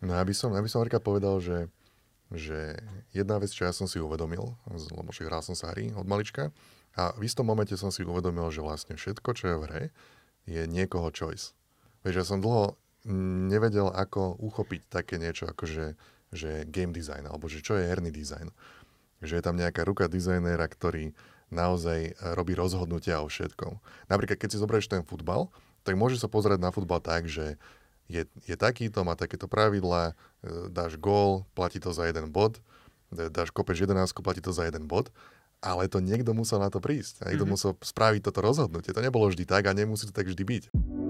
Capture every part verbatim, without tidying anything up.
No ja by som, ja by som napríklad povedal, že, že jedna vec, čo ja som si uvedomil, lebo však hral som sa hry od malička, a v istom momente som si uvedomil, že vlastne všetko, čo je v hre, je niekoho choice. Vieš, ja som dlho nevedel, ako uchopiť také niečo, ako že, že game design, alebo že čo je herný dizajn. Že je tam nejaká ruka dizajnéra, ktorý naozaj robí rozhodnutia o všetkom. Napríklad, keď si zoberieš ten futbal, tak môžeš sa pozrieť na futbal tak, že je, je takýto, má takéto pravidlá, dáš gól, platí to za jeden bod, dáš kopeš jedenásku, platí to za jeden bod, ale to niekto musel na to prísť. A niekto mm-hmm. musel spraviť toto rozhodnutie. To nebolo vždy tak a nemusí to tak vždy byť.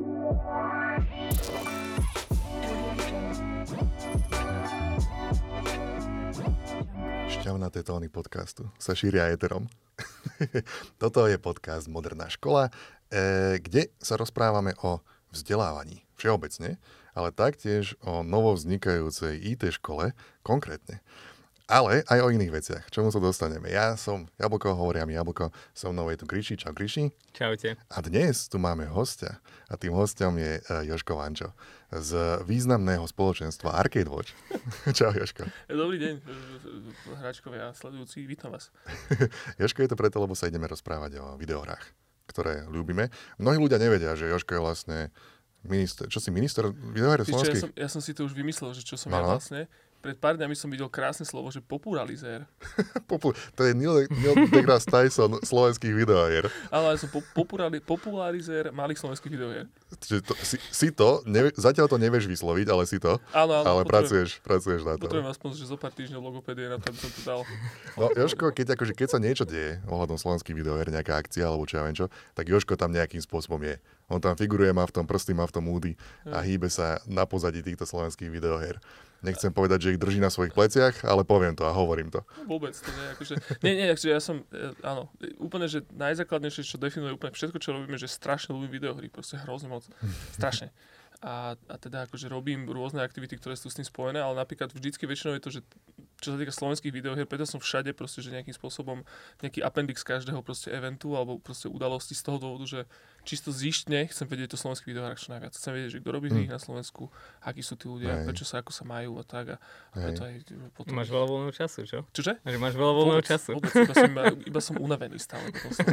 Šťavnaté tóny podcastu sa šíria éterom. Toto je podcast Moderná škola, e, kde sa rozprávame o vzdelávaní všeobecne, ale taktiež o novovznikajúcej í té škole konkrétne. Ale aj o iných veciach, čomu sa dostaneme. Ja som Jablko, hovoria mi Jablko, som mnou je tu Gríši. Čau Gríši. Čaute. A dnes tu máme hostia. A tým hostom je uh, Jožko Vančo z významného spoločenstva Arcade Watch. Čau Jožko. Dobrý deň, hráčkovia a sledujúci, vítam vás. Jožko je to preto, lebo sa ideme rozprávať o videohrách, ktoré ľúbime. Mnohí ľudia nevedia, že Jožko je vlastne minister, čo si minister videohier slovenských? Ja som, ja som si to už vymyslel, že čo som no. ja vlastne. Pred pár dňami som videl krásne slovo, že popularizer. Popu- to je Neil, Neil deGrasse Tyson slovenských videohier. Ale ja som po- populari- popularizer malých slovenských videohier. Čiže to, si, si to, nevie, zatiaľ to nevieš vysloviť, ale si to. Áno, áno. Ale pracuješ, pracuješ na to. Potrebujem aspoň, že zo pár týždňov logopédie na to, aby som to dal. No Jožko, keď, akože, keď sa niečo deje ohľadom slovenských videohier, nejaká akcia alebo čo ja viem čo, tak Jožko tam nejakým spôsobom je. On tam figuruje, má v tom prsty, má v tom údy a hýbe sa na pozadí týchto slovenských videohier. Nechcem povedať, že ich drží na svojich pleciach, ale poviem to a hovorím to. No, vôbec to nie. Akože, nie, nie, akože ja som, áno, úplne, že najzákladnejšie, čo definuje úplne všetko, čo robíme, že strašne ľúbim videohry, proste hrozne moc. Strašne. A, a teda akože robím rôzne aktivity, ktoré sú s tým spojené, ale napríklad vždycky väčšinou je to, že čo sa týka slovenských videohier, preto som všade proste, že nejakým spôsobom nejaký appendix každého proste eventu alebo proste udalosti z toho dôvodu, že čisto zištne chcem vedieť o slovenských videohrách čo najviac. Chcem vedieť, že kto robí hry hmm. na Slovensku, akí sú tí ľudia, Hej. prečo sa, ako sa majú a tak. A, a preto aj potom... Máš veľa voľného času, čo? Čože? Že máš veľa voľného vôbec, času. Vôbec, iba som, iba, iba som unavený stále.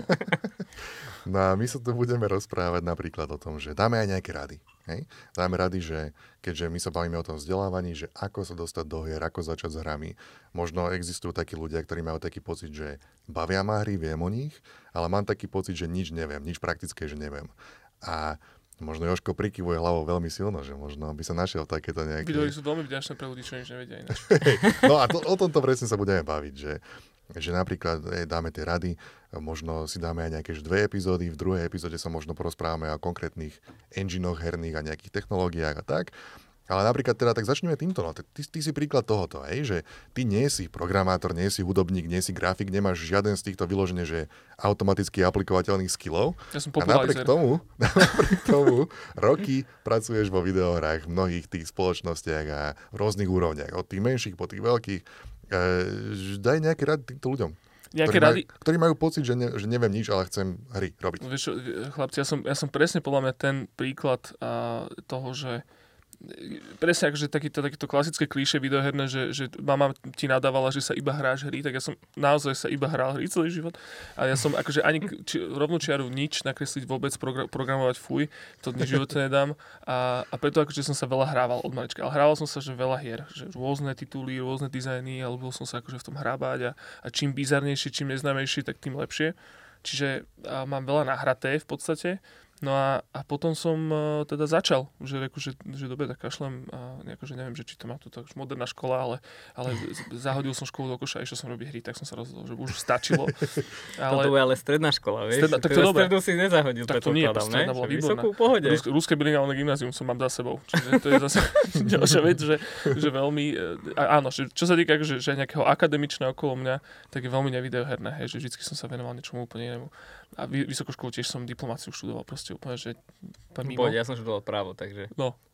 No a my sa tu budeme rozprávať napríklad o tom, že dáme aj nejaké rady. Hej? Dáme rady, že keďže my sa bavíme o tom vzdelávaní, že ako sa dostať do hier, ako začať s hrami. Možno existujú takí ľudia, ktorí majú taký pocit, že bavia ma hry, viem o nich, ale mám taký pocit, že nič neviem, nič praktické, že neviem. A možno Jožko prikyvuje hlavou veľmi silno, že možno by sa našiel takéto nejaké... Videohry sú veľmi vďačné pre ľudí, čo nič nevedia ináč. No a to, o tomto presne sa budeme baviť, že že napríklad e, dáme tie rady, možno si dáme aj nejaké dve epizódy, v druhej epizóde sa možno porozprávame o konkrétnych enginoch herných a nejakých technológiách a tak. Ale napríklad teda tak začneme týmto. No. Ty, ty si príklad tohoto, hej, že ty nie si programátor, nie si hudobník, nie si grafik, nemáš žiaden z týchto vyložene, že automaticky aplikovateľných skillov. Ja som a napriek tomu, napriek tomu roky pracuješ vo videohrách v mnohých tých spoločnostiach a v rôznych úrovniach. Od tých menších po tých veľkých. Uh, daj nejaké rady týmto ľuďom, nejaké ktorí, rady... Maj, ktorí majú pocit, že, ne, že neviem nič, ale chcem hry robiť. Vieš čo, chlapci, ja som, ja som presne podľa mňa ten príklad uh, toho, že presne akože takýto, takýto klasické klíše videoherné, že, že mama ti nadávala, že sa iba hráš hry, tak ja som naozaj sa iba hral hry celý život. A ja som akože ani či, rovnú čiaru nič nakresliť vôbec, program, programovať fuj, to v živote nedám. A, a preto akože som sa veľa hrával od malička. Ale hrával som sa, že veľa hier, že rôzne tituly, rôzne dizajny, ale bol som sa akože v tom hrábať a, a čím bizarnejšie, čím neznámejšie, tak tým lepšie. Čiže a mám veľa nahraté v podstate. No a, a potom som uh, teda začal, že reku, že, že dobre, tak kašlem, uh, akože neviem, že či to má tu tak moderná škola, ale, ale zahodil som školu do koša a išiel som robiť hry, tak som sa rozhodol, že už stačilo. Ale... Toto je ale stredná škola, vieš? Stredná, tak to dobre. Strednú si nezahodil, tak to nie, stredná bola výborná. Pohode. Rus, Ruské bilinálne gymnázium som mám za sebou, čiže to je zase ďalšia vec, že, že veľmi, a áno, že, čo sa týka že, že nejakého akademičného okolo mňa, tak je veľmi nevideoherné, hej, že vždycky som sa venoval niečomu úplne inému. A vysokú školu tiež som diplomáciu študoval proste úplne, že mimo. Poď, ja som študoval právo, takže... No,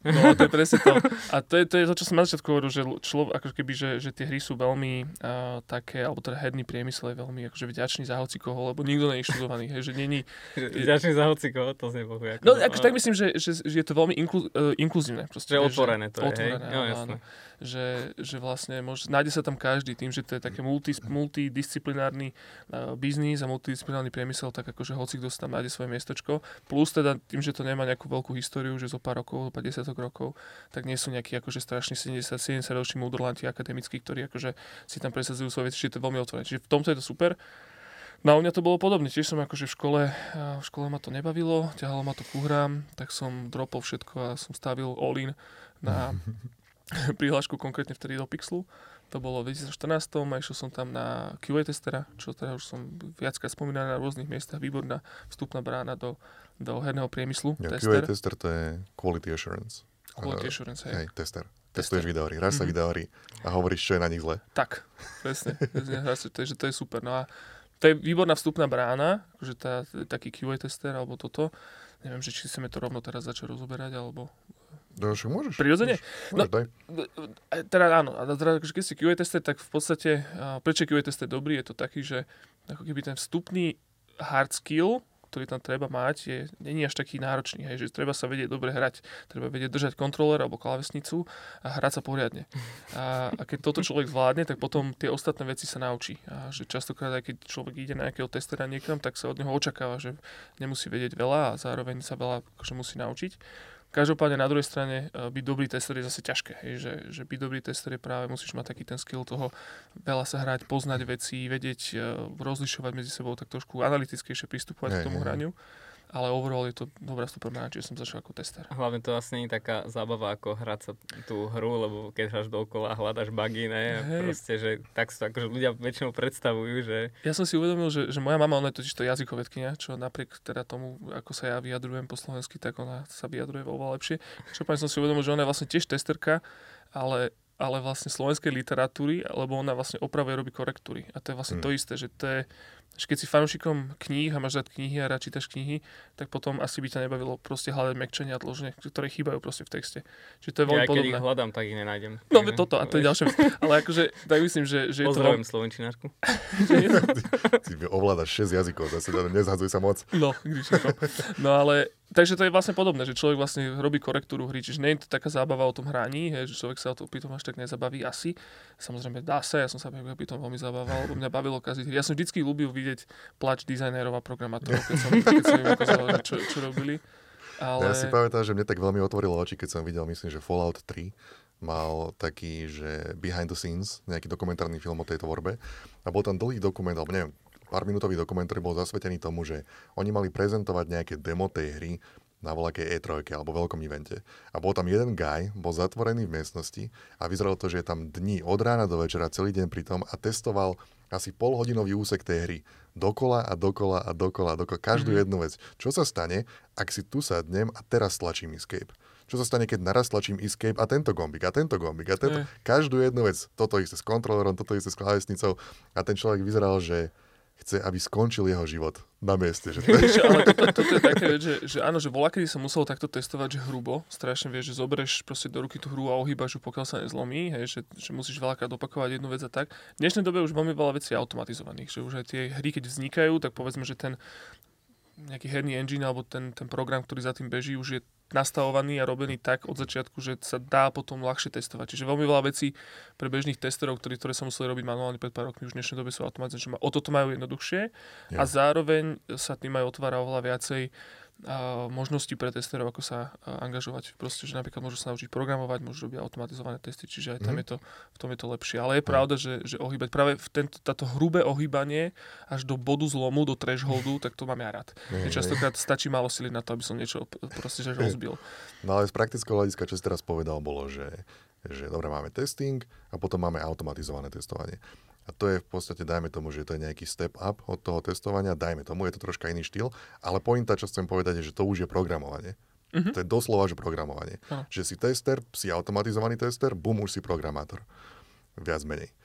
No, to je presne to. A to je to, je to čo som na začiatku hovoril, že človek, ako keby, že, že tie hry sú veľmi uh, také, alebo teda herný priemysel je veľmi akože vďačný za hocikoho, lebo nikto nie je študovaný, hej, že není... Vďačný za hocikoho, to znie bohu. No, akože tak myslím, že, že, že je to veľmi inklu, uh, inkluzívne. Proste, že otvorené to je, otvorené, hej? No, jasné. Že, že vlastne môže, nájde sa tam každý tým, že to je také multi, multidisciplinárny uh, biznis a multidisciplinárny priemysel, tak akože hoci kto sa tam nájde svoje miestočko. Plus teda tým, že to nemá nejakú veľkú históriu, že zo pár rokov, päťdesiat rokov, tak nie sú nejakí akože strašne sedemdesiat sedemdesiat roční múdrlanti akademickí, ktorí akože si tam presadzujú svoje veci, čiže to je veľmi otvorené. Čiže v tomto je to super. No a u mňa to bolo podobne. Tiež som akože v škole, v škole ma to nebavilo, ťahalo ma to ku hrám, tak som dropol všetko a som stavil all-in na prihlášku konkrétne vtedy do Pixelu. To bolo v dvetisícštrnásť a išiel som tam na Q A testera, čo teda už som viackrát spomínal na rôznych miestach, výborná vstupná brána do, do herného priemyslu. Ja, tester. Q A tester to je Quality Assurance. Quality Assurance, hej. Hej, tester. Testuješ videohry, raz sa mm-hmm. videohry a hovoríš, čo je na nich zle. Tak, presne. presne to, je, že to je super. No a to je výborná vstupná brána, že tá, taký Q A tester alebo toto. Neviem, že či chceme to rovno teraz začať rozoberať, alebo... No, čo môžeš. Prirodzene? Môžeš, no, daj. Teda áno, a teda, keď si Q A tester, tak v podstate, prečo Q A tester dobrý, je to taký, že ako keby ten vstupný hard skill, ktorý tam treba mať, je, nie je až taký náročný, hej, že treba sa vedieť dobre hrať, treba vedieť držať kontroler alebo klávesnicu a hrať sa poriadne. A, a keď toto človek zvládne, tak potom tie ostatné veci sa naučí. A že častokrát, aj keď človek ide na nejakého testera niekam, tak sa od neho očakáva, že nemusí vedieť veľa a zároveň sa veľa akože musí naučiť. Každopádne na druhej strane byť dobrý tester je zase ťažké. Hej? Že, že byť dobrý tester je práve, musíš mať taký ten skill toho veľa sa hrať, poznať veci, vedieť rozlišovať medzi sebou, tak trošku analytickejšie pristupovať k tomu hraniu. Ale overall je to dobrá super brána, čiže som začal ako tester. Hlavne to vlastne nie je taká zábava, ako hrať sa tú hru, lebo keď hráš dokola a hľadaš bugy, ne? Hey. Proste, že tak sa akože ľudia väčšinou predstavujú, že... Ja som si uvedomil, že, že moja mama, ona je totiž to jazykovedkynia, čo napriek teda tomu, ako sa ja vyjadrujem po slovensky, tak ona sa vyjadruje oveľa lepšie. Čo pani som si uvedomil, že ona je vlastne tiež testerka, ale ale vlastne slovenskej literatúry, lebo ona vlastne opravuje, robí korektúry. A to je vlastne mm. to isté, že to je, že keď si fanúšikom kníh a máš rád knihy a rád čítaš knihy, tak potom asi by ťa nebavilo proste hľadať mäkčenia a dĺžne, ktoré chýbajú proste v texte. Čiže to je veľmi ja, podobné. Ja keď ich hľadám, tak ich nenájdem. No takže, toto, a to je ďalšie. Ale akože, tak myslím, že, že je to... Pozdravím slovenčinárku. ty, ty ovládaš šesť jazykov, zase nezhadzuj sa moc. No, gríšnikom. No ale... Takže to je vlastne podobné, že človek vlastne robí korektúru hry, čiže nie je to taká zábava o tom hraní, hej, že človek sa o to opýtom až tak nezabaví asi. Samozrejme dá sa, ja som sa opýtom veľmi zabával, lebo mňa bavilo kaziť hry. Ja som vždycky ľúbil vidieť plač dizajnérov a programátorov, keď som, keď som im ukazoval, čo, čo robili. Ale... Ja si pamätám, že mne tak veľmi otvorilo oči, keď som videl, myslím, že Fallout tri mal taký, že behind the scenes, nejaký dokumentárny film o tej tvorbe a bol tam dlhý dokument, alebo neviem, pár minútový dokument, ktorý bol zasvetený tomu, že oni mali prezentovať nejaké demo tej hry na voľakej é tri alebo veľkom evente. A bol tam jeden guy, bol zatvorený v miestnosti a vyzeralo to, že je tam dní od rána do večera, celý deň pri tom a testoval asi polhodinový úsek tej hry. Dokola a dokola a dokola a dokola. Každú mm-hmm. jednu vec. Čo sa stane, ak si tu sadnem a teraz tlačím escape? Čo sa stane, keď naraz tlačím escape a tento gombík a tento gombík a tento... Mm. Každú jednu vec. Toto isté s kontrolerom, toto isté s klávesnicou a ten človek vyzeral, že chce, aby skončil jeho život na mieste. Že to je... Ale toto, toto je také vec, že, že áno, že voľakedy som musel takto testovať, že hrubo, strašne vieš, že zoberieš proste do ruky tú hru a ohýbaš ju, pokiaľ sa nezlomí, hej, že, že musíš veľakrát opakovať jednu vec a tak. V dnešnej dobe už veľmi veľa vecí je automatizovaných, že už aj tie hry, keď vznikajú, tak povedzme, že ten nejaký herný engine alebo ten, ten program, ktorý za tým beží, už je nastavovaný a robený tak od začiatku, že sa dá potom ľahšie testovať. Čiže veľmi veľa vecí pre bežných testerov, ktorí, ktoré sa museli robiť manuálne pred pár rokmi, už v dnešnej dobe sú automatizované, že o toto majú jednoduchšie yeah. a zároveň sa tým aj otvára oveľa viacej a možnosti pre testerov, ako sa angažovať. Proste, že napríklad môžu sa naučiť programovať, môžu robiť automatizované testy, čiže aj tam mm. je to, v tom je to lepšie. Ale je mm. pravda, že, že ohýbať práve v tento, táto hrubé ohýbanie až do bodu zlomu, do thresholdu, tak to mám ja rád. Mm. Častokrát stačí málo sily na to, aby som niečo proste že rozbil. No ale z praktického hľadiska, čo si teraz povedal, bolo, že, že dobre, máme testing a potom máme automatizované testovanie. A to je v podstate, dajme tomu, že to je nejaký step up od toho testovania, dajme tomu, je to troška iný štýl, ale pointa, čo chcem povedať, je, že to už je programovanie. Mm-hmm. To je doslova, že programovanie. Aha. Že si tester, si automatizovaný tester, bum, už si programátor. Viac menej.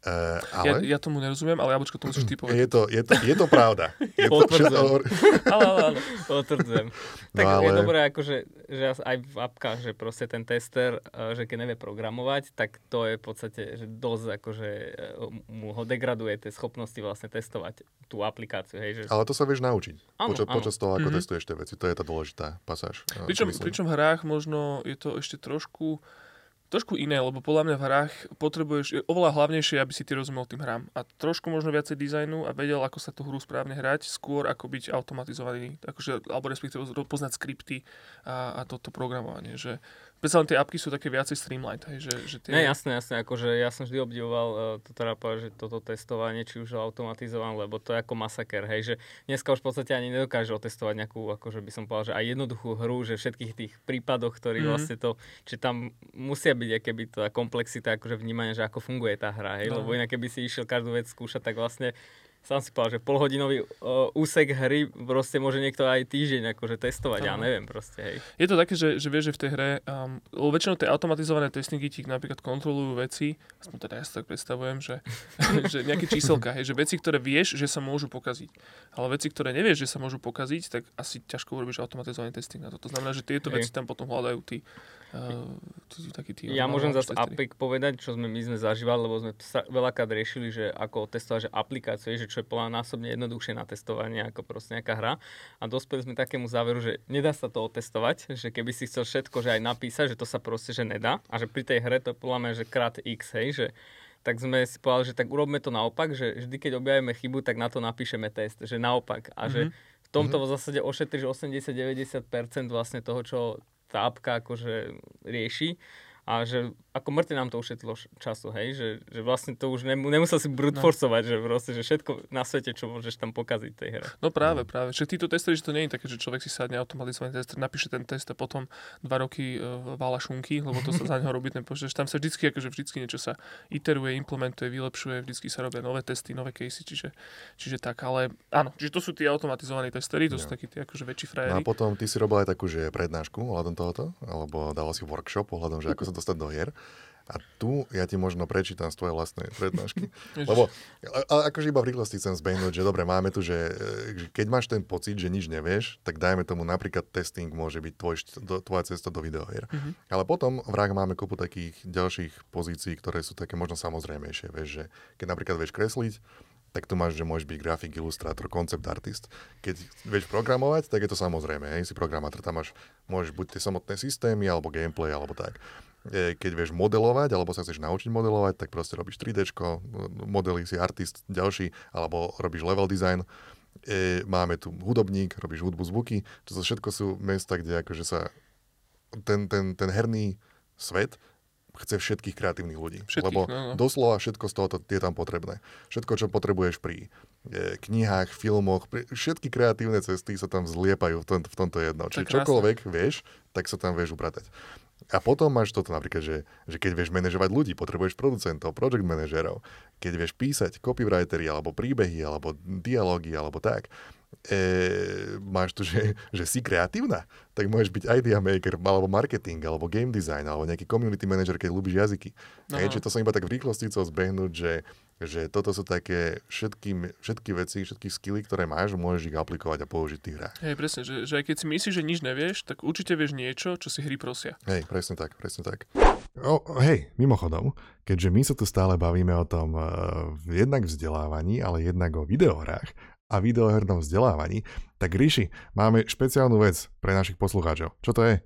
Uh, Ja, ale ja tomu nerozumiem, ale Jablčko, to musíš ty je povedať. to, je to, je to pravda. Je to Potvrdzujem. Ale, ale, ale. Potvrdzujem. Tak No je ale- dobré akože, že aj v apkách, že proste ten tester, eh, že keď nevie programovať, tak to je v podstate, že dosť akože eh, mu ho degraduje tie schopnosti vlastne testovať tú aplikáciu. Hej, že... Ale to sa vieš naučiť. Áno, Počas, áno. počas toho, ako Mhm. testuješ tie veci. To je tá dôležitá pasáž. eh, Pričom, si myslím. pričom v hrách možno je to ešte trošku trošku iné, lebo podľa mňa v hrách potrebuješ, je oveľa hlavnejšie, aby si ty rozumel tým hrám. A trošku možno viacej dizajnu a vedel, ako sa tú hru správne hrať, skôr ako byť automatizovaný, akože, alebo respektíve poznať skripty a, a toto programovanie. Že predsa len tie apky sú také viacej streamlined. Hej, že, že tie... Ne, jasné, jasné, akože ja som vždy obdivoval uh, to teda povedať, že toto testovanie, či už automatizované, lebo to je ako masaker, hej, že dneska už v podstate ani nedokáže otestovať nejakú, akože by som povedal, že aj jednoduchú hru, že všetkých tých prípadoch, ktorí Mhm. vlastne to, či tam musia byť keby tá komplexita, akože vnímanie, že ako funguje tá hra, hej, No. lebo inak keby si išiel každú vec skúšať, tak vlastne sám si povedal, že polhodinový uh, úsek hry proste môže niekto aj týždeň akože testovať, ja Áno. neviem proste, hej. Je to také, že, že vieš, že v tej hre, um, lebo väčšinou tie automatizované testingy ti napríklad kontrolujú veci, aspoň teda ja si tak predstavujem, že, že nejaké číselka, hej, že veci, ktoré vieš, že sa môžu pokaziť. Ale veci, ktoré nevieš, že sa môžu pokaziť, tak asi ťažko urobíš automatizovaný testing na to. To znamená, že tieto Hej. veci tam potom hľadajú tí, uh, tí, takí tí Ja môžem manuálni zase testery. aplik povedať, čo sme my sme zažívali, lebo sme sa veľakrát riešili, že ako testovať že aplikáciu, že čo je podľa mňa násobne jednoduchšie na testovanie ako proste nejaká hra. A dospeli sme takému záveru, že nedá sa to otestovať, že keby si chcel všetko, že aj napísať, že to sa proste že nedá. A že pri tej hre to je podľa mňa, že krát x, hej, že tak sme si povedali, že tak urobme to naopak, že vždy, keď objavíme chybu, tak na to napíšeme test, že naopak. A že v tomto v zásade ošetríš osemdesiat až deväťdesiat percent vlastne toho, čo tá apka akože rieši. A že ako mŕte nám to ušetrilo š- času, hej, že, že vlastne to už nemu, nemusel si brutforcovať, no. že proste, že všetko na svete, čo môžeš tam pokaziť v tej hre. No práve, práve. Však títo testery, že to nie je také, že človek si sadne automatizovaný tester, napíše ten test a potom dva roky uh, vála šunky, lebo to sa za neho robiť nepočítaš. Tam sa vždycky, akože vždycky niečo sa iteruje, implementuje, vylepšuje, vždycky sa robia nové testy, nové casey, čiže, čiže tak, ale áno, čiže to sú tie automatizovaní testery, to No. sú takí tie akože väčší No a frajery. potom ty si robil aj takú, že prednášku ohľadom tohoto, alebo dával si workshop ohľadom, že ako sa dostať do hier. A tu ja ti možno prečítam z tvojej vlastnej prednášky. Lebo a, a akože iba v rýchlosti chcem zbehnúť, že dobre, máme tu, že, že keď máš ten pocit, že nič nevieš, tak dajme tomu napríklad testing môže byť tvoj, do, tvoja cesta do videohier. Mhm. Ale potom v hrách máme kopu takých ďalších pozícií, ktoré sú také možno samozrejmejšie. Vieš, že keď napríklad vieš kresliť, tak tu máš, že môžeš byť grafik, ilustrátor, koncept artist. Keď vieš programovať, tak je to samozrejme, hej, si programátor. Tam máš, môžeš buď tie samotné systémy, alebo gameplay, alebo tak. E, Keď vieš modelovať, alebo sa chceš naučiť modelovať, tak proste robíš tri déčko, modely, si artist ďalší, alebo robíš level design. E, Máme tu hudobník, robíš hudbu, zvuky. To všetko sú miesta, kde akože sa ten, ten, ten herný svet chce všetkých kreatívnych ľudí. Všetkých, Lebo no, no. doslova všetko z toho je tam potrebné. Všetko, čo potrebuješ pri e, knihách, filmoch, pri, všetky kreatívne cesty sa tam zliepajú v, tom, v tomto jedno. To je Čiže krásne. čokoľvek vieš, tak sa tam vieš upratať. A potom máš toto napríklad, že, že keď vieš manažovať ľudí, potrebuješ producentov, project manažerov. Keď vieš písať copywritery, alebo príbehy, alebo dialógy, alebo tak, e, máš tu, že, že si kreatívna, tak môžeš byť idea maker, alebo marketing, alebo game design, alebo nejaký community manager, keď ľúbiš jazyky. Aha. Hej, čiže to som iba tak v rýchlosti chcel zbehnúť, že, že toto sú také všetky, všetky veci, všetky skilly, ktoré máš, môžeš ich aplikovať a použiť v tých hrách. Hej, presne, že, že aj keď si myslíš, že nič nevieš, tak určite vieš niečo, čo si hry prosia. Hej, presne tak, presne tak. O, hej, mimochodom, keďže my sa tu stále bavíme o tom uh, jednak vzdelávaní, ale jednak o videohrách a videohernom vzdelávaní, tak Ríši, máme špeciálnu vec pre našich poslucháčov. Čo to je?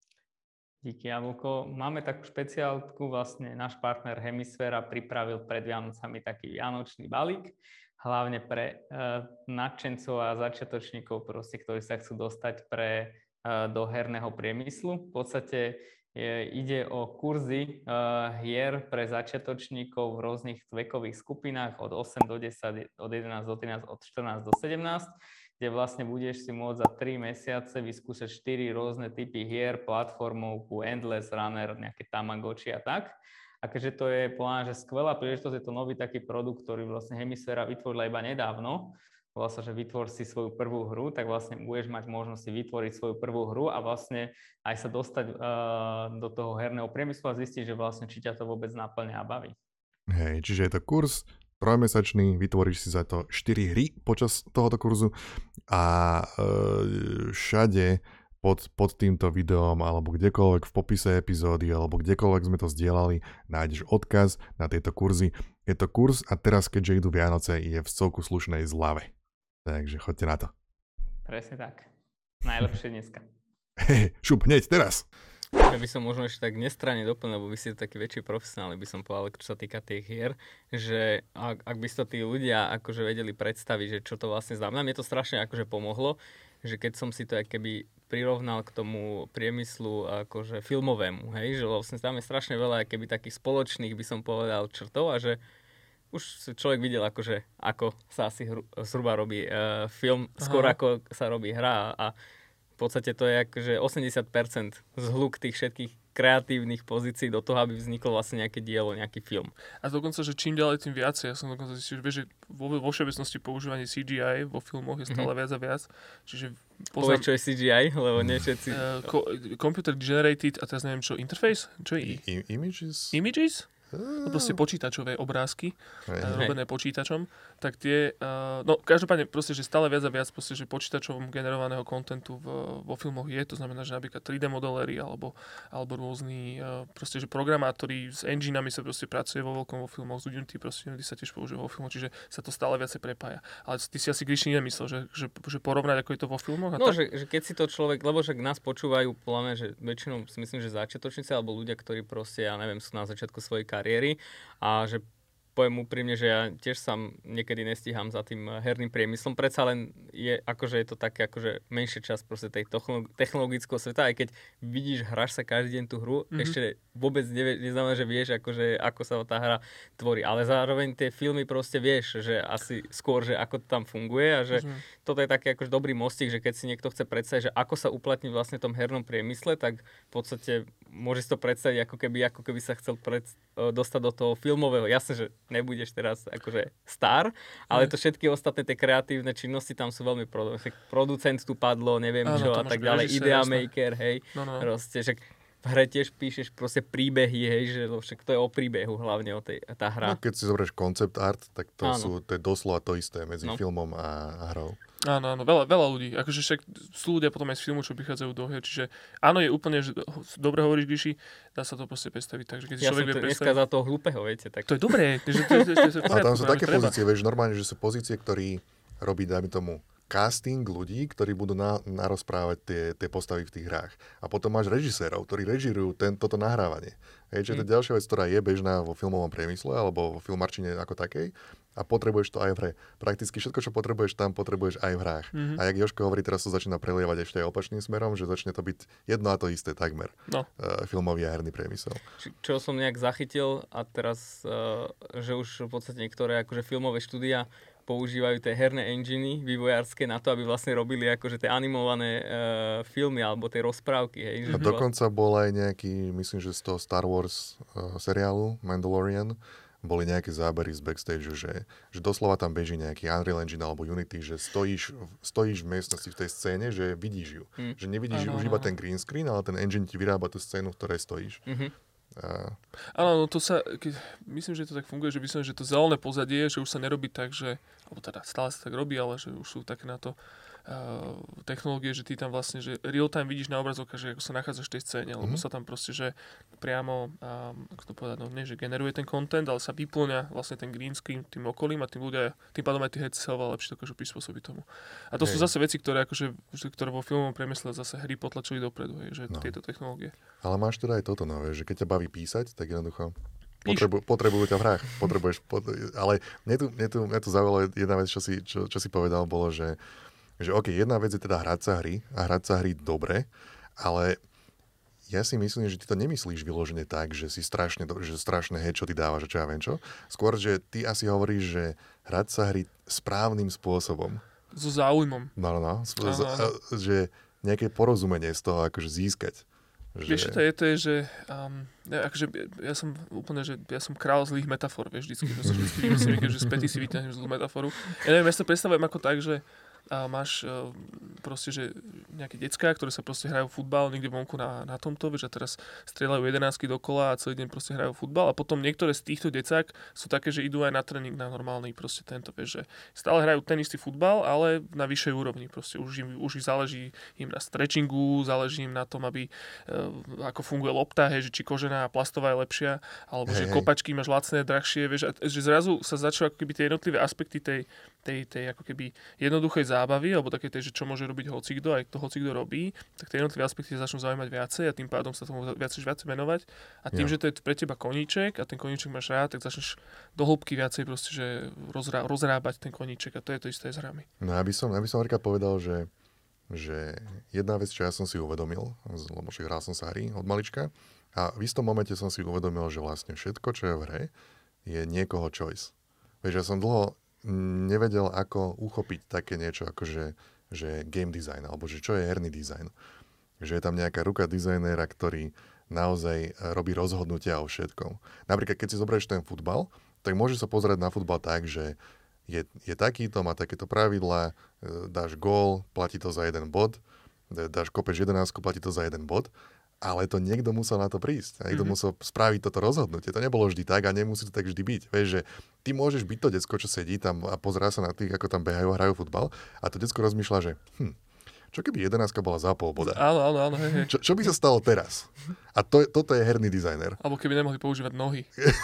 Díky, Jablko. Máme takú špeciálku, vlastne náš partner Hemisféra pripravil pred Vianocami taký vianočný balík, hlavne pre uh, nadšencov a začiatočníkov, proste, ktorí sa chcú dostať pre, uh, do herného priemyslu. V podstate je, ide o kurzy uh, hier pre začiatočníkov v rôznych vekových skupinách od osem do desať, od jedenásť do trinásť, od štrnásť do sedemnásť, kde vlastne budeš si môcť za tri mesiace vyskúšať štyri rôzne typy hier, platformovku, Endless Runner, nejaké Tamagotchi a tak. A keďže to je plán, že skvelá príležitosť, je to nový taký produkt, ktorý vlastne Hemisféra vytvorila iba nedávno, volá sa, že vytvor si svoju prvú hru, tak vlastne budeš mať možnosť si vytvoriť svoju prvú hru a vlastne aj sa dostať uh, do toho herného priemyslu a zistiť, že vlastne či ťa to vôbec naplňa a baví. Hej, čiže je to kurz trojmesačný, vytvoríš si za to štyri hry počas tohoto kurzu a e, všade pod, pod týmto videom alebo kdekoľvek v popise epizódy alebo kdekoľvek sme to zdieľali, nájdeš odkaz na tieto kurzy. Je to kurz a teraz, keďže idú Vianoce, je v celku slušnej zľave. Takže choďte na to. Presne tak. Najlepšie dneska. Hej, šup, hneď, teraz. Ja by som možno ešte tak nestranne doplnil, lebo vy ste taký väčší profesionál, by som povedal, čo sa týka tých hier, že ak, ak by si to tí ľudia akože vedeli predstaviť, že čo to vlastne znamená, mne to strašne akože pomohlo, že keď som si to keby prirovnal k tomu priemyslu akože filmovému, hej, že vlastne tam je strašne veľa keby takých spoločných, by som povedal, črtov a že už človek videl akože ako sa asi hru, zhruba robí uh, film, skôr Aha. ako sa robí hra a v podstate to je akože osemdesiat percent zhluk tých všetkých kreatívnych pozícií do toho, aby vzniklo vlastne nejaké dielo, nejaký film. A dokonca, že čím ďalej, tým viacej. Ja som dokonca zistil, že, vieš, že vo, vo všeobecnosti používanie C G I vo filmoch je stále mm-hmm. viac a viac. Čiže poznám... Povedz, čo je C G I, lebo nie všetci... Uh, co- computer generated, a teraz neviem čo, interface? Čo je? I- images? Images? No proste počítačové obrázky, Hej. uh, robené počítačom, tak tie, uh, no každopádne proste, že stále viac a viac proste, že počítačovom generovaného kontentu v, vo filmoch je, to znamená, že napríklad tri dé modeléry alebo, alebo rôzni uh, proste, že programátori s enginami sa proste pracuje vo veľkom vo filmoch, z Unity proste Unity sa tiež používa vo filmoch, čiže sa to stále viacej prepája. Ale ty si asi Gríši nemyslel, že, že, že porovnať, ako je to vo filmoch? A no, tak? že, že keď si to človek, lebo však nás počúvajú, pláne, že väčšinou si myslím, že začiatočníci alebo ľudia, ktorí proste, ja neviem, sú na začiatku svojej kariéry a že poviem úprimne, že ja tiež sám niekedy nestíham za tým herným priemyslom. Predsa len je, akože je to také akože menšia časť proste tej technologického sveta, aj keď vidíš, hráš sa každý deň tú hru, mm-hmm. ešte vôbec nevie, neznamená, že vieš, akože, ako sa tá hra tvorí. Ale zároveň tie filmy proste vieš, že asi skôr, že ako to tam funguje a že mm-hmm. toto je taký akože dobrý mostík, že keď si niekto chce predstaviť, že ako sa uplatní vlastne v tom hernom priemysle, tak v podstate môže si to predstaviť, ako keby, ako keby sa chcel pred, dostať do toho filmového. Jasne, že nebudeš teraz akože star, ale to všetky ostatné tie kreatívne činnosti tam sú veľmi pro, producent tu padlo, neviem Áno, čo a tak ďalej, idea maker, hej, no, no. proste, že v hre tiež píšeš proste príbehy, hej, že však to je o príbehu hlavne, o tej, tá hra. No, keď si zoberieš concept art, tak to, sú, to je doslova to isté medzi no. filmom a, a hrou. Áno, áno, veľa, veľa ľudí. Akože však sú ľudia potom aj z filmu, čo prichádzajú do hier. Čiže áno, je úplne, že dobre hovoríš, Gríši, dá sa to proste predstaviť. Takže keď ja človek som to predstaviť... dneska za toho hlúpeho, viete. Tak... To je dobré. Že to, to, to, to, to, ale tam sú také treba. pozície, vieš, normálne, že sú pozície, ktorí robí, dajme tomu, casting ľudí, ktorí budú na, narozprávať tie, tie postavy v tých hrách. A potom máš režisérov, ktorí režirujú ten, toto nahrávanie. Hej, čiže mm. to je ďalšia vec, ktorá je bežná vo filmovom priemysle alebo vo filmarčine ako takej a potrebuješ to aj v hre. Prakticky všetko, čo potrebuješ tam, potrebuješ aj v hrách. Mm-hmm. A jak Jožko hovorí, teraz to začína prelievať ešte aj opačným smerom, že začne to byť jedno a to isté takmer. No. Uh, filmový a herný priemysel. Či, čo som nejak zachytil a teraz, uh, že už v podstate niektoré akože filmové štúdia používajú tie herné enginy vývojárske na to, aby vlastne robili akože tie animované uh, filmy alebo tie rozprávky. Hej, že a dokonca bol aj nejaký, myslím, že z toho Star Wars uh, seriálu Mandalorian, boli nejaké zábery z backstage, že, že doslova tam beží nejaký Unreal Engine alebo Unity, že stojíš, stojíš v miestnosti v tej scéne, že vidíš ju. Hmm. Že nevidíš ano, už iba ten green screen, ale ten engine ti vyrába tú scénu, v ktorej stojíš. Mm-hmm. Áno, no to sa, keď, myslím, že to tak funguje, že myslím, že to zelené pozadie, že už sa nerobí tak, že, alebo teda stále sa tak robí, ale že už sú také na to uh, technológie, že ty tam vlastne, že real time vidíš na obrazovkách, že ako sa nachádzaš v tej scéne, lebo mm-hmm. sa tam proste, že priamo, um, ako to povedať, no nie, že generuje ten content, ale sa vyplňa vlastne ten green screen tým okolím a tým ľudia, tým pádom aj tí herci sa oveľa lepšie dokážu prispôsobiť tomu. A to hej. sú zase veci, ktoré akože, ktoré vo filmovom priemysle zase hry potlačili dopredu, hej, že no. tieto technológie. Ale máš teda aj toto nové, že keď ťa baví písať, tak jednoducho potrebu, potrebujú ťa v hrách. Potrebuješ, pot, ale mne tu, mne tu, mne tu zaujala jedna vec, čo si, čo, čo si povedal, bolo, že, že OK, jedna vec je teda hrať sa hry a hrať sa hry dobre, ale ja si myslím, že ty to nemyslíš vyložené tak, že si strašne, že strašné hej, čo ty dávaš, čo ja viem čo. Skôr, že ty asi hovoríš, že hrať sa hry správnym spôsobom. So záujmom. No, no, no. Áno, áno. Že nejaké porozumenie z toho akože získať. Že... Vieš, čo to je, to je, že um, ja, akože, ja som úplne, že ja som král zlých metafor, vieš, vždycky, že vždycky vymyslím, že späty si vyťahnem zlú metaforu. Ja neviem, ja si to predstavujem ako tak, že a máš uh, proste, že nejaké decká, ktoré sa proste hrajú futbal niekde vonku na, na tomto, vieš, a teraz strieľajú jedenásky dokola a celý deň proste hrajú futbal a potom niektoré z týchto decák sú také, že idú aj na tréning na normálny proste tento, vieš, že stále hrajú ten istý futbal, ale na vyššej úrovni, proste už im, už im záleží im na stretchingu, záleží im na tom, aby uh, ako funguje lopta, hej, že či kožená a plastová je lepšia, alebo hej, že hej. kopačky máš lacné, drahšie, vieš, a že zrazu sa začnú ako keby tie jednotlivé aspekty tej, tej, tej ako keby jednoduchej zábavy, alebo také tej, že čo môže robiť hocikdo, aj to hocikdo robí, tak tie jednotlivé aspekty začnú zaujímať viacej a tým pádom sa tomu viacej viacej venovať. A tým, ja. že to je pre teba koníček a ten koníček máš rád, tak začneš do hĺbky viacej proste, že rozrá, rozrábať ten koníček a to je to isté s hrami. No aby som, aby som napríklad povedal, že, že jedna vec, čo ja som si uvedomil, lebo však hral som sa hry od malička a v istom momente som si uvedomil, že vlastne všetko, čo je v hre, je niekoho choice. Vieš, ja som dlho nevedel, ako uchopiť také niečo, ako že, že game design, alebo že čo je herný dizajn. Že je tam nejaká ruka dizajnéra, ktorý naozaj robí rozhodnutia o všetkom. Napríklad, keď si zoberieš ten futbal, tak môžeš sa pozerať na futbal tak, že je, je takýto, má takéto pravidlá, dáš gól, platí to za jeden bod, dáš kopeš jedenásku, platí to za jeden bod, ale to niekto musel na to prísť. A niekto mm-hmm. musel spraviť toto rozhodnutie. To nebolo vždy tak a nemusí to tak vždy byť. Vieš, že ty môžeš byť to decko, čo sedí tam a pozerá sa na tých, ako tam behajú a hrajú futbal a to decko rozmýšľa, že hm, čo keby jedenástka bola za pol boda? Áno, áno, áno. Hej, hej. Čo, čo by sa stalo teraz? A to, toto je herný dizajner. Alebo keby nemohli používať nohy.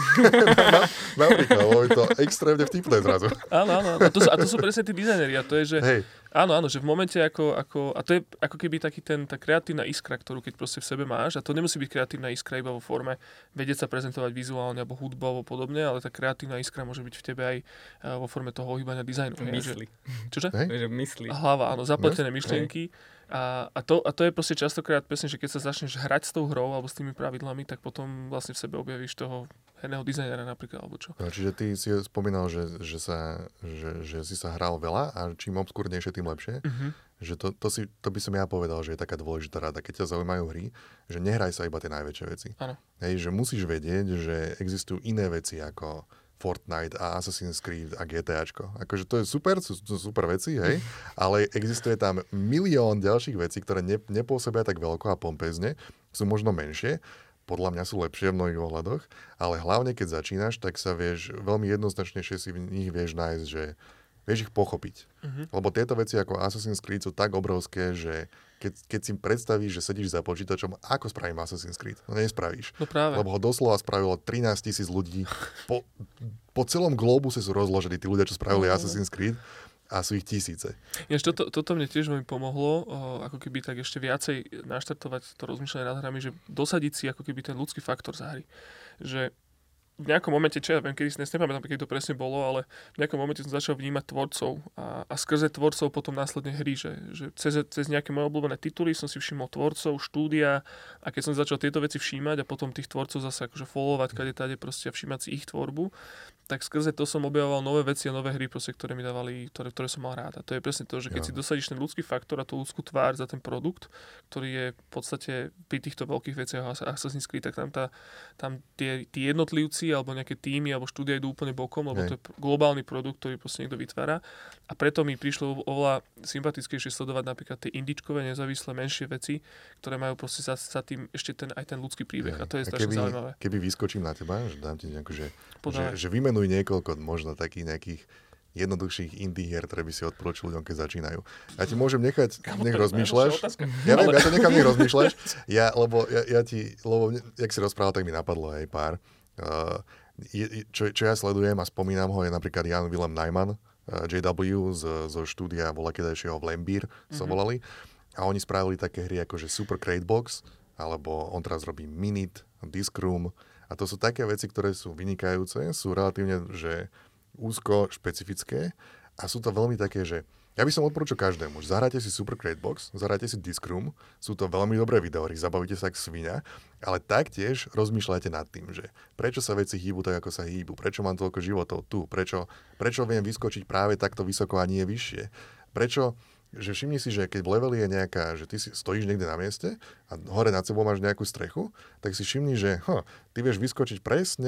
na, napríklad, lebo je to extrémne vtipné zrazu. Áno, áno. A to sú, a to sú presne tí dizajneri. A to je, že... Hej. Áno, áno, že v momente ako, ako... A to je ako keby taký ten, tá kreatívna iskra, ktorú keď proste v sebe máš. A to nemusí byť kreatívna iskra iba vo forme vedieť sa prezentovať vizuálne alebo hudbo alebo podobne, ale tá kreatívna iskra môže byť v tebe aj vo forme toho ohýbania dizajnu. Mysli. Čože? Že mysli. Hlava, áno, zapletené myšlienky. A, a, to, a to je proste častokrát presne, že keď sa začneš hrať s tou hrou alebo s tými pravidlami, tak potom vlastne v sebe objavíš toho herného dizajnera napríklad, alebo čo. No, čiže ty si spomínal, že, že, sa, že, že si sa hral veľa a čím obskúrnejšie, tým lepšie. Uh-huh. Že to, to, si, to by som ja povedal, že je taká dôležitá rada, keď ťa zaujímajú hry, že nehraj sa iba tie najväčšie veci. Áno. Hej, že musíš vedieť, že existujú iné veci ako Fortnite a Assassin's Creed a GTAčko. Akože to je super, sú, sú super veci, hej, ale existuje tam milión ďalších vecí, ktoré ne, nepôsobia tak veľko a pompezne, sú možno menšie, podľa mňa sú lepšie v mnohých ohľadoch, ale hlavne keď začínaš, tak sa vieš, veľmi jednoznačnejšie si v nich vieš nájsť, že vieš ich pochopiť. Uh-huh. Lebo tieto veci ako Assassin's Creed sú tak obrovské, že keď, keď si predstavíš, že sedíš za počítačom, ako spravím Assassin's Creed? No nespravíš. No práve. Lebo ho doslova spravilo trinásť tisíc ľudí. Po, po celom globuse sú rozložení tí ľudia, čo spravili uh-huh. Assassin's Creed a sú ich tisíce. Jež toto, toto mne tiež veľmi pomohlo, o, ako keby tak ešte viacej naštartovať to rozmýšľanie nad hrami, že dosadiť si ako keby ten ľudský faktor za hry. Že v nejakom momente, čo ja viem, kedy si nepamätám, keď to presne bolo, ale v nejakom momente som začal vnímať tvorcov a, a skrze tvorcov potom následne hry, že, že cez, cez nejaké moje obľúbené tituly som si všimol tvorcov, štúdia a keď som začal tieto veci všímať a potom tých tvorcov zase akože followovať, kade tade proste a všímať si ich tvorbu, tak skrze to som objavoval nové veci a nové hry, proste, ktoré mi dávali, ktoré, ktoré som mal rád. A to je presne to, že keď ja. si dosadíš ten ľudský faktor a tú ľudskú tvár za ten produkt, ktorý je v podstate pri týchto veľkých veciach Assassin's Creed, tak tam, tá, tam tie, tí jednotlivci alebo nejaké týmy alebo štúdia idú úplne bokom, lebo Hej. to je globálny produkt, ktorý proste niekto vytvára. A preto mi prišlo oveľa sympatickejšie sledovať napríklad tie indičkové, nezávislé, menšie veci, ktoré majú proste za, za tým ešte ten, aj ten ľudský príbeh. Hej. A to je strašne zaujímavé. Keby vyskočím na teba, že dám ti nejakú, že, že, že vymenuj niekoľko možno takých nejakých jednoduchších indie hier, ktoré by si odporúčil ľuďom, keď začínajú. Ja ti môžem nechať, nech rozmýšľaš. Ja viem, ja to nechám, nech rozmýšľaš. Ja, lebo ja, ja ti, lebo jak si rozprával, tak mi napadlo aj pár. Uh, je, čo, čo ja sledujem a spomínam ho, je napríklad Jan Willem Najman, uh, J W z, zo štúdia volakedajšieho Vlembír sa mm-hmm. volali. A oni spravili také hry ako že Super Crate Box, alebo on teraz robí Minute, Disc Room. A to sú také veci, ktoré sú vynikajúce, sú relatívne, že úzko špecifické a sú to veľmi také, že ja by som odporúčil každému, že zahrajte si Super Crate Box, zahrajte si Disc Room, sú to veľmi dobré videohry, zabavíte sa ako svinia, ale taktiež rozmýšľajte nad tým, že prečo sa veci hýbu tak, ako sa hýbu, prečo mám toľko životov tu, prečo, prečo viem vyskočiť práve takto vysoko a nie vyššie, prečo, že všimni si, že keď v leveli je nejaká, že ty si stojíš niekde na mieste a hore nad sebou máš nejakú strechu, tak si všimni, že huh, ty vieš vyskočiť presne